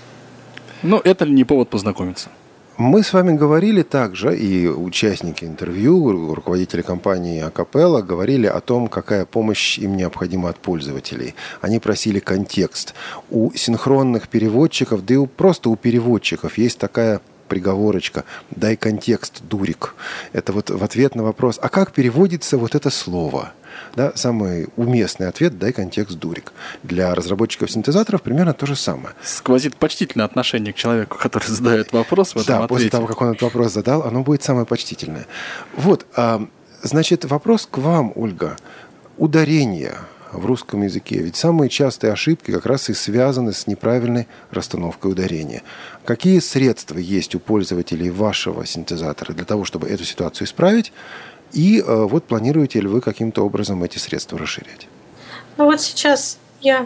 Ну, это ли не повод познакомиться? Мы с вами говорили также, и участники интервью, руководители компании Акапелла говорили о том, какая помощь им необходима от пользователей. Они просили контекст. У синхронных переводчиков, да и просто у переводчиков есть такая приговорочка «дай контекст, дурик». Это вот в ответ на вопрос «а как переводится вот это слово?» Да, самый уместный ответ «дай контекст, дурик». Для разработчиков синтезаторов примерно то же самое. Сквозит почтительное отношение к человеку, который задает вопрос в этом ответе. После того, как он этот вопрос задал, оно будет самое почтительное. Вот, значит, вопрос к вам, Ольга. Ударение в русском языке. Ведь самые частые ошибки как раз и связаны с неправильной расстановкой ударения. Какие средства есть у пользователей вашего синтезатора для того, чтобы эту ситуацию исправить? И вот планируете ли вы каким-то образом эти средства расширять? Ну вот сейчас я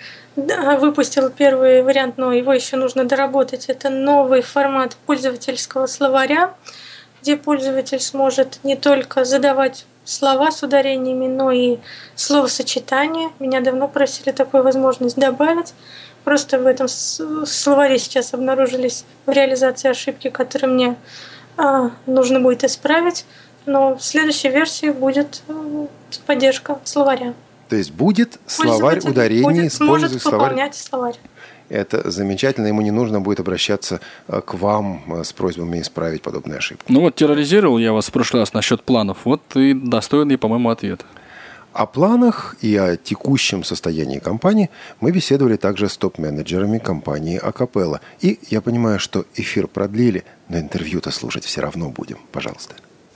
выпустила первый вариант, но его еще нужно доработать. Это новый формат пользовательского словаря, где пользователь сможет не только задавать слова с ударениями, но и словосочетания. Меня давно просили такую возможность добавить. Просто в этом словаре сейчас обнаружились в реализации ошибки, которые мне нужно будет исправить. Но в следующей версии будет поддержка словаря. То есть будет словарь ударений, сможет выполнять словарь. Это замечательно, ему не нужно будет обращаться к вам с просьбами исправить подобные ошибки. Ну вот терроризировал я вас в прошлый раз насчет планов, вот и достойный, по-моему, ответ. О планах и о текущем состоянии компании мы беседовали также с топ-менеджерами компании Акапелла. И я понимаю, что эфир продлили, но интервью-то слушать все равно будем. Пожалуйста.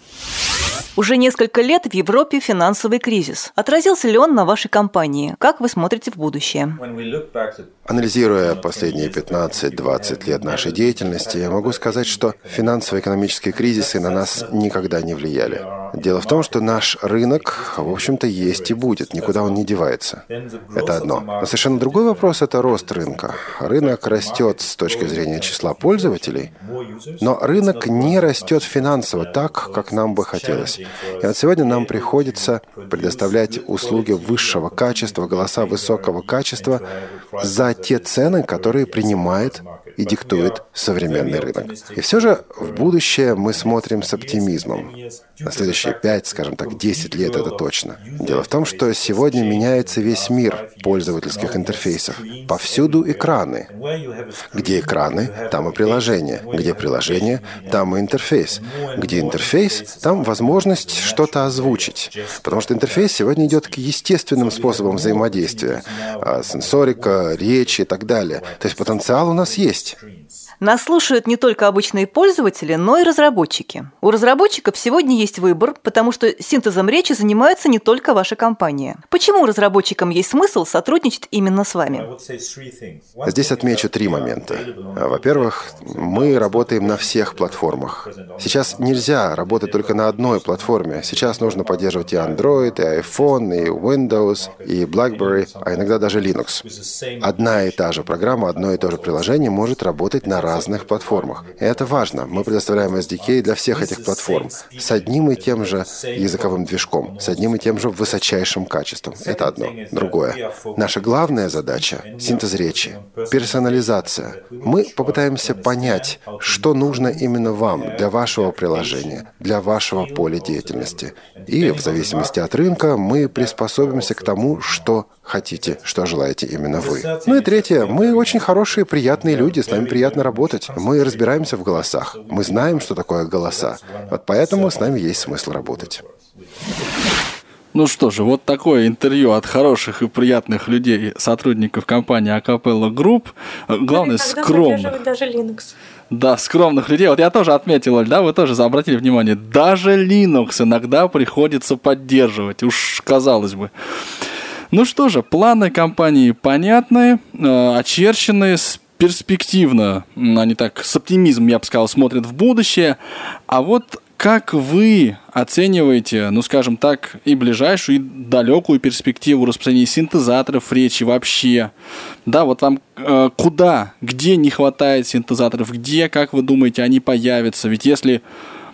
Уже несколько лет в Европе финансовый кризис. Отразился ли он на вашей компании? Как вы смотрите в будущее? Анализируя последние 15-20 лет нашей деятельности, я могу сказать, что финансово-экономические кризисы на нас никогда не влияли. Дело в том, что наш рынок, в общем-то, есть и будет, никуда он не девается. Это одно. Но совершенно другой вопрос – это рост рынка. Рынок растет с точки зрения числа пользователей, но рынок не растет финансово так, как нам бы хотелось. И вот сегодня нам приходится предоставлять услуги высшего качества, голоса высокого качества за те цены, которые принимает и диктует современный рынок. И все же в будущее мы смотрим с оптимизмом. На следующие 5, скажем так, 10 лет это точно. Дело в том, что сегодня меняется весь мир пользовательских интерфейсов. Повсюду экраны. Где экраны, там и приложение. Где приложение, там и интерфейс. Где интерфейс, там возможность что-то озвучить. Потому что интерфейс сегодня идет к естественным способам взаимодействия. Сенсорика, речь и так далее. То есть потенциал у нас есть. Нас слушают не только обычные пользователи, но и разработчики. У разработчиков сегодня есть выбор, потому что синтезом речи занимается не только ваша компания. Почему разработчикам есть смысл сотрудничать именно с вами? Здесь отмечу 3 момента. Во-первых, мы работаем на всех платформах. Сейчас нельзя работать только на одной платформе. Сейчас нужно поддерживать и Android, и iPhone, и Windows, и BlackBerry, а иногда даже Linux. Одна и та же программа, одно и то же приложение может работать на разных платформах. И это важно. Мы предоставляем SDK для всех этих платформ с одним и тем же языковым движком, с одним и тем же высочайшим качеством. Это одно. Другое. Наша главная задача – синтез речи, персонализация. Мы попытаемся понять, что нужно именно вам для вашего приложения, для вашего поля деятельности. И в зависимости от рынка мы приспособимся к тому, что хотите, что желаете именно вы. Ну и третье. Мы очень хорошие, приятные люди, с нами приятно работать. работать. Мы разбираемся в голосах. Мы знаем, что такое голоса. Вот поэтому с нами есть смысл работать. Ну что же, вот такое интервью от хороших и приятных людей, сотрудников компании Acapella Group. Главное, скромных. Даже Linux. Да, скромных людей. Вот я тоже отметил, Оль, да, вы тоже обратили внимание, даже Linux иногда приходится поддерживать, уж казалось бы. Ну что же, планы компании понятны, очерчены, перспективно, они так с оптимизмом, я бы сказал, смотрят в будущее. А вот как вы оцениваете, ну, скажем так, и ближайшую, и далекую перспективу распространения синтезаторов речи вообще? Да, вот вам где не хватает синтезаторов, где, как вы думаете, они появятся? Ведь если,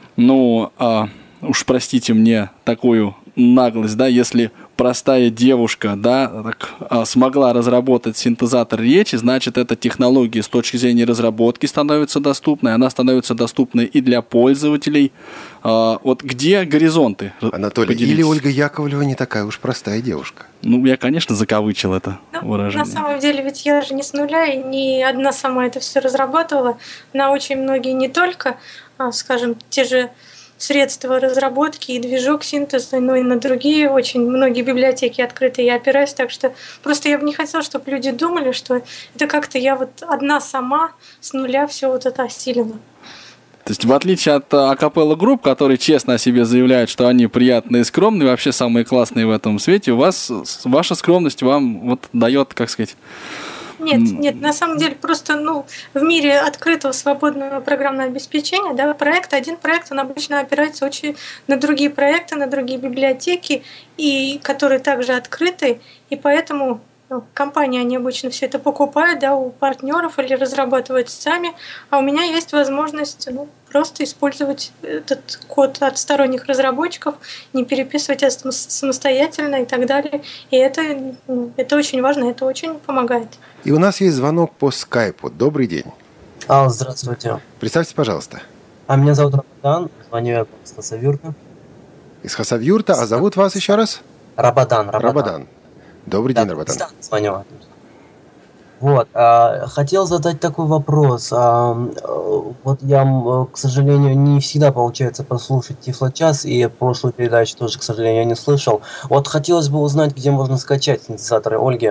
уж простите мне такую наглость, да, если простая девушка, да, так, смогла разработать синтезатор речи, значит, эта технология с точки зрения разработки становится доступной, она становится доступной и для пользователей. Вот где горизонты? Анатолий, поделитесь. Или Ольга Яковлева не такая уж простая девушка? Ну, я, конечно, закавычил это выражение. На самом деле, ведь я же не с нуля и не одна сама это все разрабатывала. На очень многие не только, скажем, те же средства разработки и движок синтеза, но и на другие очень многие библиотеки открыты, я опираюсь, так что просто я бы не хотела, чтобы люди думали, что это как-то я вот одна сама с нуля все вот это осилила. То есть в отличие от Acapella Group, которые честно о себе заявляют, что они приятные и скромные, вообще самые классные в этом свете, у вас ваша скромность вам вот дает, как сказать... Нет, на самом деле просто, в мире открытого свободного программного обеспечения, да, один проект, он обычно опирается очень на другие проекты, на другие библиотеки, и которые также открыты, и поэтому компании, они обычно все это покупают, да, у партнеров или разрабатывают сами, а у меня есть возможность, просто использовать этот код от сторонних разработчиков, не переписывать это самостоятельно и так далее. И это очень важно, это очень помогает. И у нас есть звонок по скайпу. Добрый день. Здравствуйте. Представьте, пожалуйста. Меня зовут Рабадан, звоню я из Хасавюрта. Из Хасавюрта, а зовут вас еще раз? Рабадан. Добрый день, Рабадан. Звоню. Вот, хотел задать такой вопрос. Вот я, к сожалению, не всегда получается послушать Тифлочас, и прошлую передачу тоже, к сожалению, не слышал. Вот хотелось бы узнать, где можно скачать синтезаторы Ольги.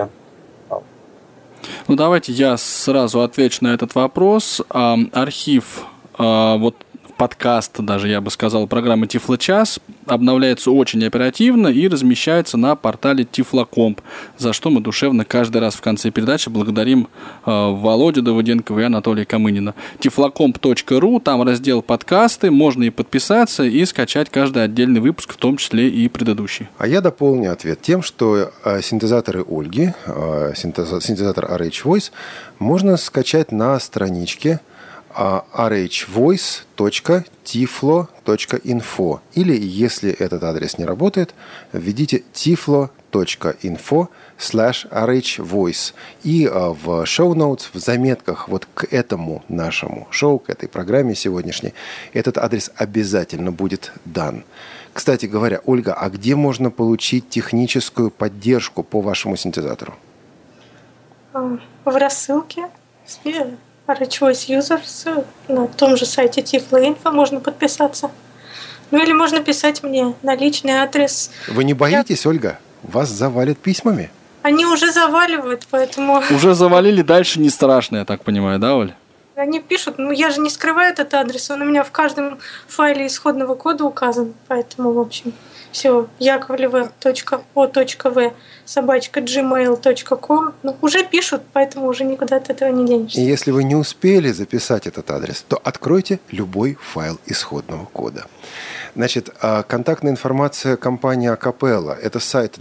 Ну, давайте я сразу отвечу на этот вопрос. Архив, подкаст, даже я бы сказал, программы Тифлочас обновляется очень оперативно и размещается на портале Тифлокомп, за что мы душевно каждый раз в конце передачи благодарим Володю Давыденкова и Анатолия Камынина. Tiflocomp.ru, там раздел подкасты, можно и подписаться, и скачать каждый отдельный выпуск, в том числе и предыдущий. А я дополню ответ тем, что синтезаторы Ольги, синтезатор RH Voice, можно скачать на страничке rhvoice.tiflo.info. Или, если этот адрес не работает, введите tiflo.info/rhvoice. И в шоу-ноутс, в заметках вот к этому нашему шоу, к этой программе сегодняшней, этот адрес обязательно будет дан. Кстати говоря, Ольга, а где можно получить техническую поддержку по вашему синтезатору? В рассылке RH Voice Users, на том же сайте Tiflo.info можно подписаться. Или можно писать мне на личный адрес. Вы не боитесь, Ольга? Вас завалят письмами? Они уже заваливают, поэтому... Уже завалили, дальше не страшно, я так понимаю, да, Оль? Они пишут, я же не скрываю этот адрес, он у меня в каждом файле исходного кода указан, поэтому, в общем, все, yakovleva.o.v@gmail.com, уже пишут, поэтому уже никуда от этого не денешься. И если вы не успели записать этот адрес, то откройте любой файл исходного кода. Значит, контактная информация компании Acapella – это сайт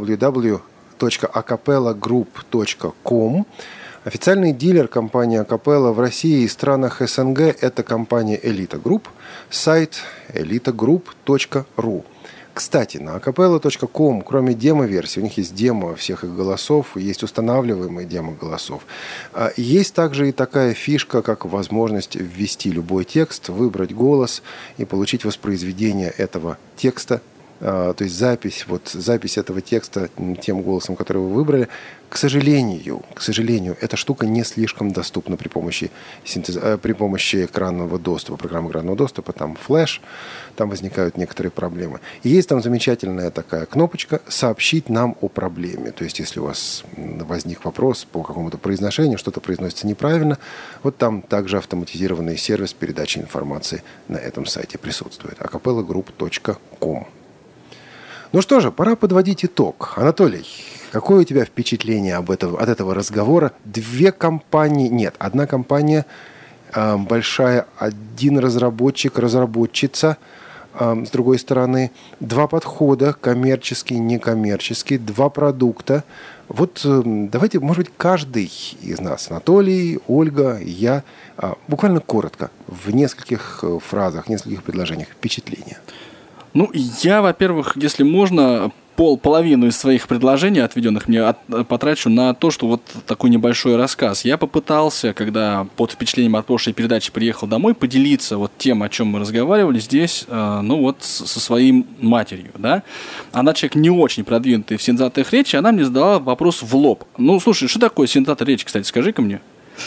www.acapellagroup.com. Официальный дилер компании Acapella в России и странах СНГ – это компания Elita Group, сайт elitagroup.ru. Кстати, на acapella.com, кроме демо-версии, у них есть демо всех их голосов, есть устанавливаемые демо-голосов. Есть также и такая фишка, как возможность ввести любой текст, выбрать голос и получить воспроизведение этого текста то есть запись этого текста тем голосом, который вы выбрали, к сожалению, эта штука не слишком доступна при помощи экранного доступа, программы экранного доступа, там флеш, там возникают некоторые проблемы. И есть там замечательная такая кнопочка «Сообщить нам о проблеме». То есть, если у вас возник вопрос по какому-то произношению, что-то произносится неправильно, вот там также автоматизированный сервис передачи информации на этом сайте присутствует. acapellagroup.com. Ну что же, пора подводить итог. Анатолий, какое у тебя впечатление от этого разговора? Одна компания большая, один разработчик, разработчица, с другой стороны, два подхода, коммерческий, некоммерческий, два продукта. Вот давайте, может быть, каждый из нас, Анатолий, Ольга, я, буквально коротко, в нескольких фразах, в нескольких предложениях впечатления. Ну, я, во-первых, если можно, половину из своих предложений, отведенных мне, потрачу на то, что вот такой небольшой рассказ. Я попытался, когда под впечатлением от прошлой передачи приехал домой, поделиться вот тем, о чем мы разговаривали здесь, со своей матерью, да. Она человек не очень продвинутый в синтезаторах речи, она мне задала вопрос в лоб. Ну, слушай, что такое синтезатор речи, кстати, скажи-ка мне.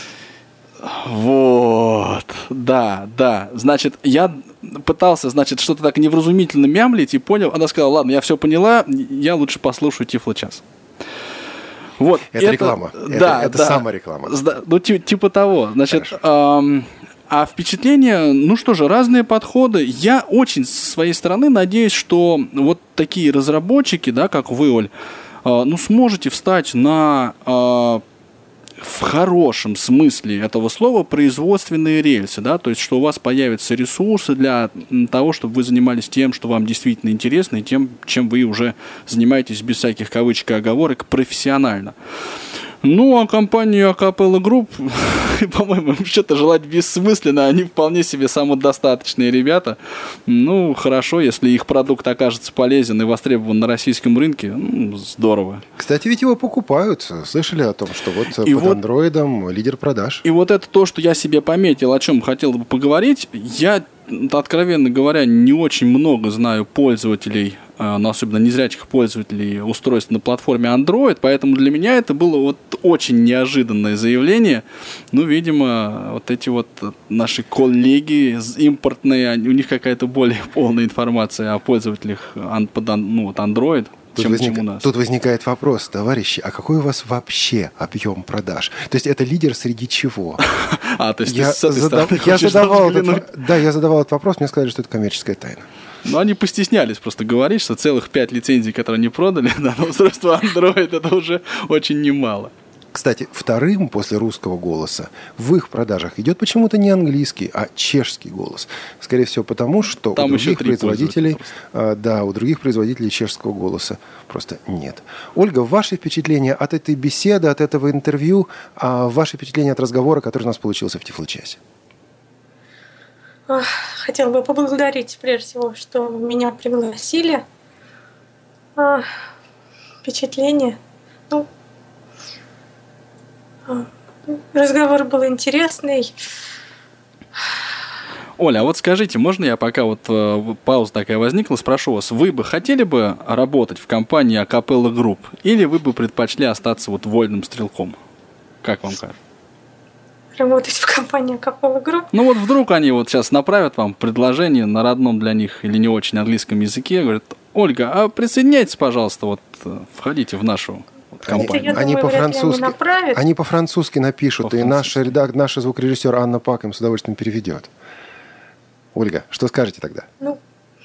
Вот, да. Значит, я пытался, что-то так невразумительно мямлить и понял. Она сказала, ладно, я все поняла, я лучше послушаю Тифло-час. Вот. Это реклама. Это самореклама. Ну, типа того. Значит, а впечатления, ну что же, разные подходы. Я очень с своей стороны надеюсь, что вот такие разработчики, да, как вы, Оль, сможете встать на... в хорошем смысле этого слова производственные рельсы, да, то есть что у вас появятся ресурсы для того, чтобы вы занимались тем, что вам действительно интересно, и тем, чем вы уже занимаетесь без всяких кавычек и оговорок профессионально. Ну, а компанию Acapella Group, по-моему, что-то желать бессмысленно, они вполне себе самодостаточные ребята. Ну, хорошо, если их продукт окажется полезен и востребован на российском рынке, здорово. Кстати, ведь его покупают. Слышали о том, что вот под андроидом лидер продаж. И вот это то, что я себе пометил, о чем хотел бы поговорить. Я, откровенно говоря, не очень много знаю пользователей, но особенно незрячих пользователей устройств на платформе Android, поэтому для меня это было вот очень неожиданное заявление. Ну, видимо, вот эти вот наши коллеги импортные, у них какая-то более полная информация о пользователях Android. Тут возникает вопрос, товарищи, а какой у вас вообще объем продаж? То есть это лидер среди чего? То есть я задавал этот вопрос, мне сказали, что это коммерческая тайна. Ну, они постеснялись просто говорить, что целых 5 лицензий, которые они продали на устройство Android, это уже очень немало. Кстати, вторым после русского голоса в их продажах идет почему-то не английский, а чешский голос. Скорее всего, потому что у других производителей чешского голоса просто нет. Ольга, ваши впечатления от этой беседы, от этого интервью, ваши впечатления от разговора, который у нас получился в Тифло-часе? Хотела бы поблагодарить, прежде всего, что меня пригласили. Впечатление. Разговор был интересный. Оля, а вот скажите, можно я пока пауза такая возникла, спрошу вас, вы бы хотели бы работать в компании Acapella Group или вы бы предпочли остаться вольным стрелком? Как вам кажется? Работать в компании Acapella Group? Ну вот вдруг они сейчас направят вам предложение на родном для них или не очень английском языке, говорят, Ольга, а присоединяйтесь, пожалуйста, входите в нашу компанию. Они по-французски напишут, и наш звукорежиссер Анна Пак им с удовольствием переведет. Ольга, что скажете тогда? Ну,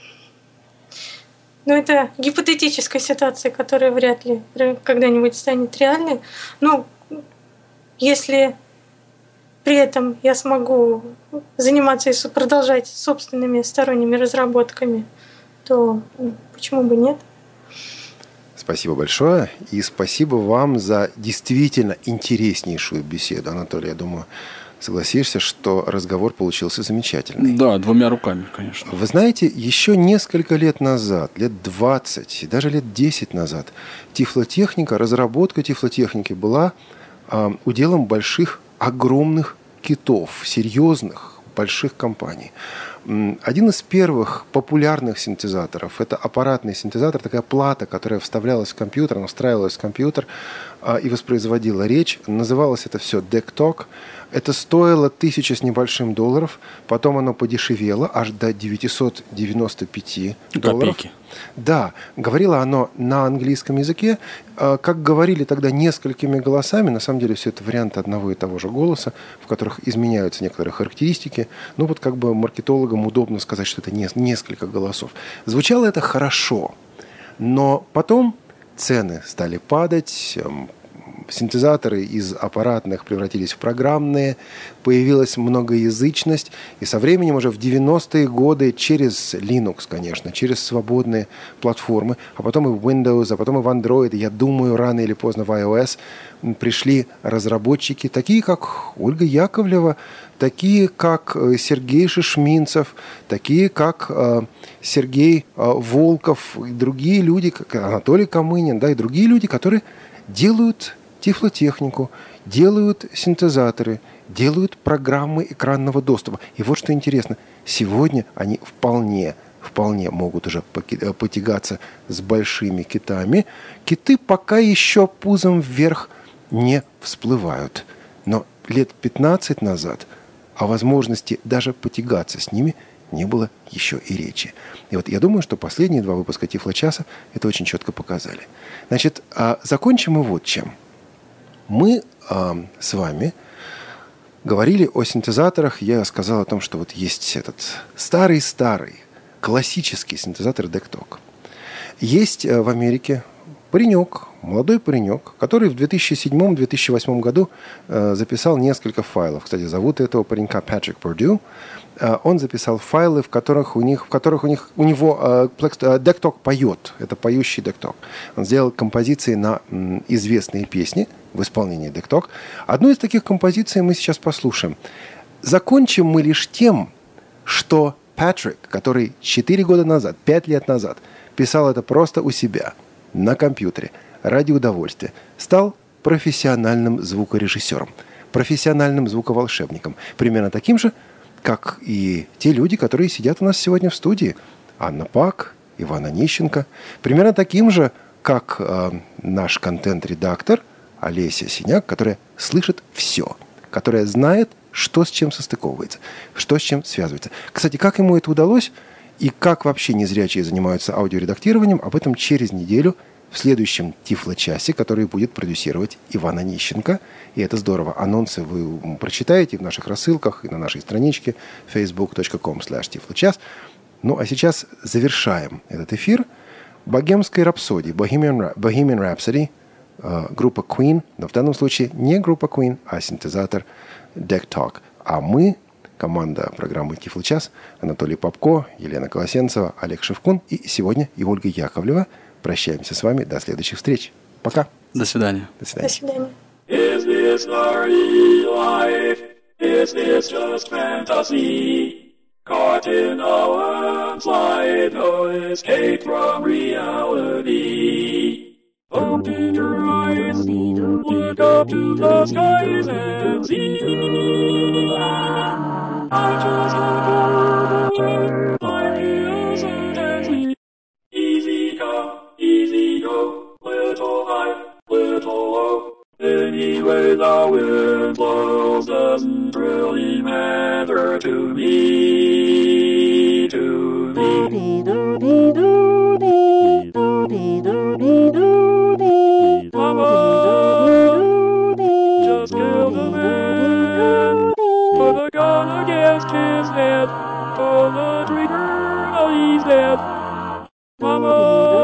это гипотетическая ситуация, которая вряд ли когда-нибудь станет реальной. Ну, если при этом я смогу заниматься и продолжать собственными сторонними разработками, то почему бы нет? Спасибо большое. И спасибо вам за действительно интереснейшую беседу. Анатолий, я думаю, согласишься, что разговор получился замечательный. Да, 2 руками, конечно. Вы знаете, еще несколько лет назад, лет 20, даже лет 10 назад, тифлотехника, разработка тифлотехники была уделом больших, огромных китов, серьезных, больших компаний. Один из первых популярных синтезаторов – это аппаратный синтезатор, такая плата, которая вставлялась в компьютер, она встраивалась в компьютер и воспроизводила речь. Называлось это все DEC-Talk. Это стоило $1000 с небольшим долларов, потом оно подешевело аж до $995. Копейки. Да, говорило оно на английском языке, как говорили тогда несколькими голосами, на самом деле все это варианты одного и того же голоса, в которых изменяются некоторые характеристики. Ну вот как бы маркетологам удобно сказать, что это несколько голосов. Звучало это хорошо, но потом цены стали падать, синтезаторы из аппаратных превратились в программные, появилась многоязычность, и со временем уже в 90-е годы через Linux, конечно, через свободные платформы, а потом и в Windows, а потом и в Android, я думаю, рано или поздно в iOS пришли разработчики, такие как Ольга Яковлева, такие как Сергей Шишминцев, такие как Сергей Волков, и другие люди, как Анатолий Камынин, да, и другие люди, которые делают тифлотехнику, делают синтезаторы, делают программы экранного доступа. И вот что интересно, сегодня они вполне могут уже потягаться с большими китами. Киты пока еще пузом вверх не всплывают. Но лет 15 назад о возможности даже потягаться с ними не было еще и речи. И вот я думаю, что последние 2 выпуска Тифлочаса это очень четко показали. Значит, закончим мы вот чем. Мы с вами говорили о синтезаторах. Я сказал о том, что вот есть этот старый-старый классический синтезатор DEC-Talk. Есть в Америке молодой паренек, который в 2007-2008 году записал несколько файлов. Кстати, зовут этого паренька Патрик Пердью. Он записал файлы, в которых у него DEC-Talk поет. Это поющий DEC-Talk. Он сделал композиции на известные песни в исполнении DEC-Talk. Одну из таких композиций мы сейчас послушаем. Закончим мы лишь тем, что Патрик, который 4 года назад, 5 лет назад писал это просто у себя на компьютере ради удовольствия, стал профессиональным звукорежиссером, профессиональным звуковолшебником. Примерно таким же, как и те люди, которые сидят у нас сегодня в студии. Анна Пак, Иван Онищенко. Примерно таким же, как наш контент-редактор Олеся Синяк, которая слышит все, которая знает, что с чем состыковывается, что с чем связывается. Кстати, как ему это удалось и как вообще незрячие занимаются аудиоредактированием, об этом через неделю в следующем Тифлочасе, который будет продюсировать Иван Онищенко. И это здорово. Анонсы вы прочитаете в наших рассылках и на нашей страничке facebook.com/tifloчас. Ну, а сейчас завершаем этот эфир богемской рапсодией, Bohemian Rhapsody, группа Queen, но в данном случае не группа Queen, а синтезатор DEC-Talk. А мы, команда программы Тифлочас, Анатолий Попко, Елена Колосенцева, Олег Шевкун и сегодня и Ольга Яковлева. Прощаемся с вами. До следующих встреч. Пока. До свидания. До свидания. До свидания. Is this our real life? Is this just fantasy? Caught in a landslide, no escape from reality. Open your eyes, look up to the skies and see. I just look over there, my ears and sleep. Easy come, easy go, little high, little low. Anyway the wind blows doesn't really matter to me, to me. Mama, just kill the man, put a gun against his head, pull the trigger, now he's dead. Mama,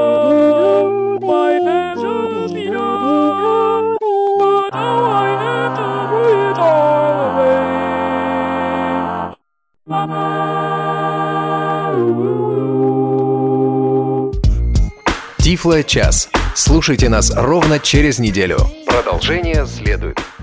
my hands just begun, but now I have to throw it all away. Mama, Тифло час. Слушайте нас ровно через неделю. Продолжение следует.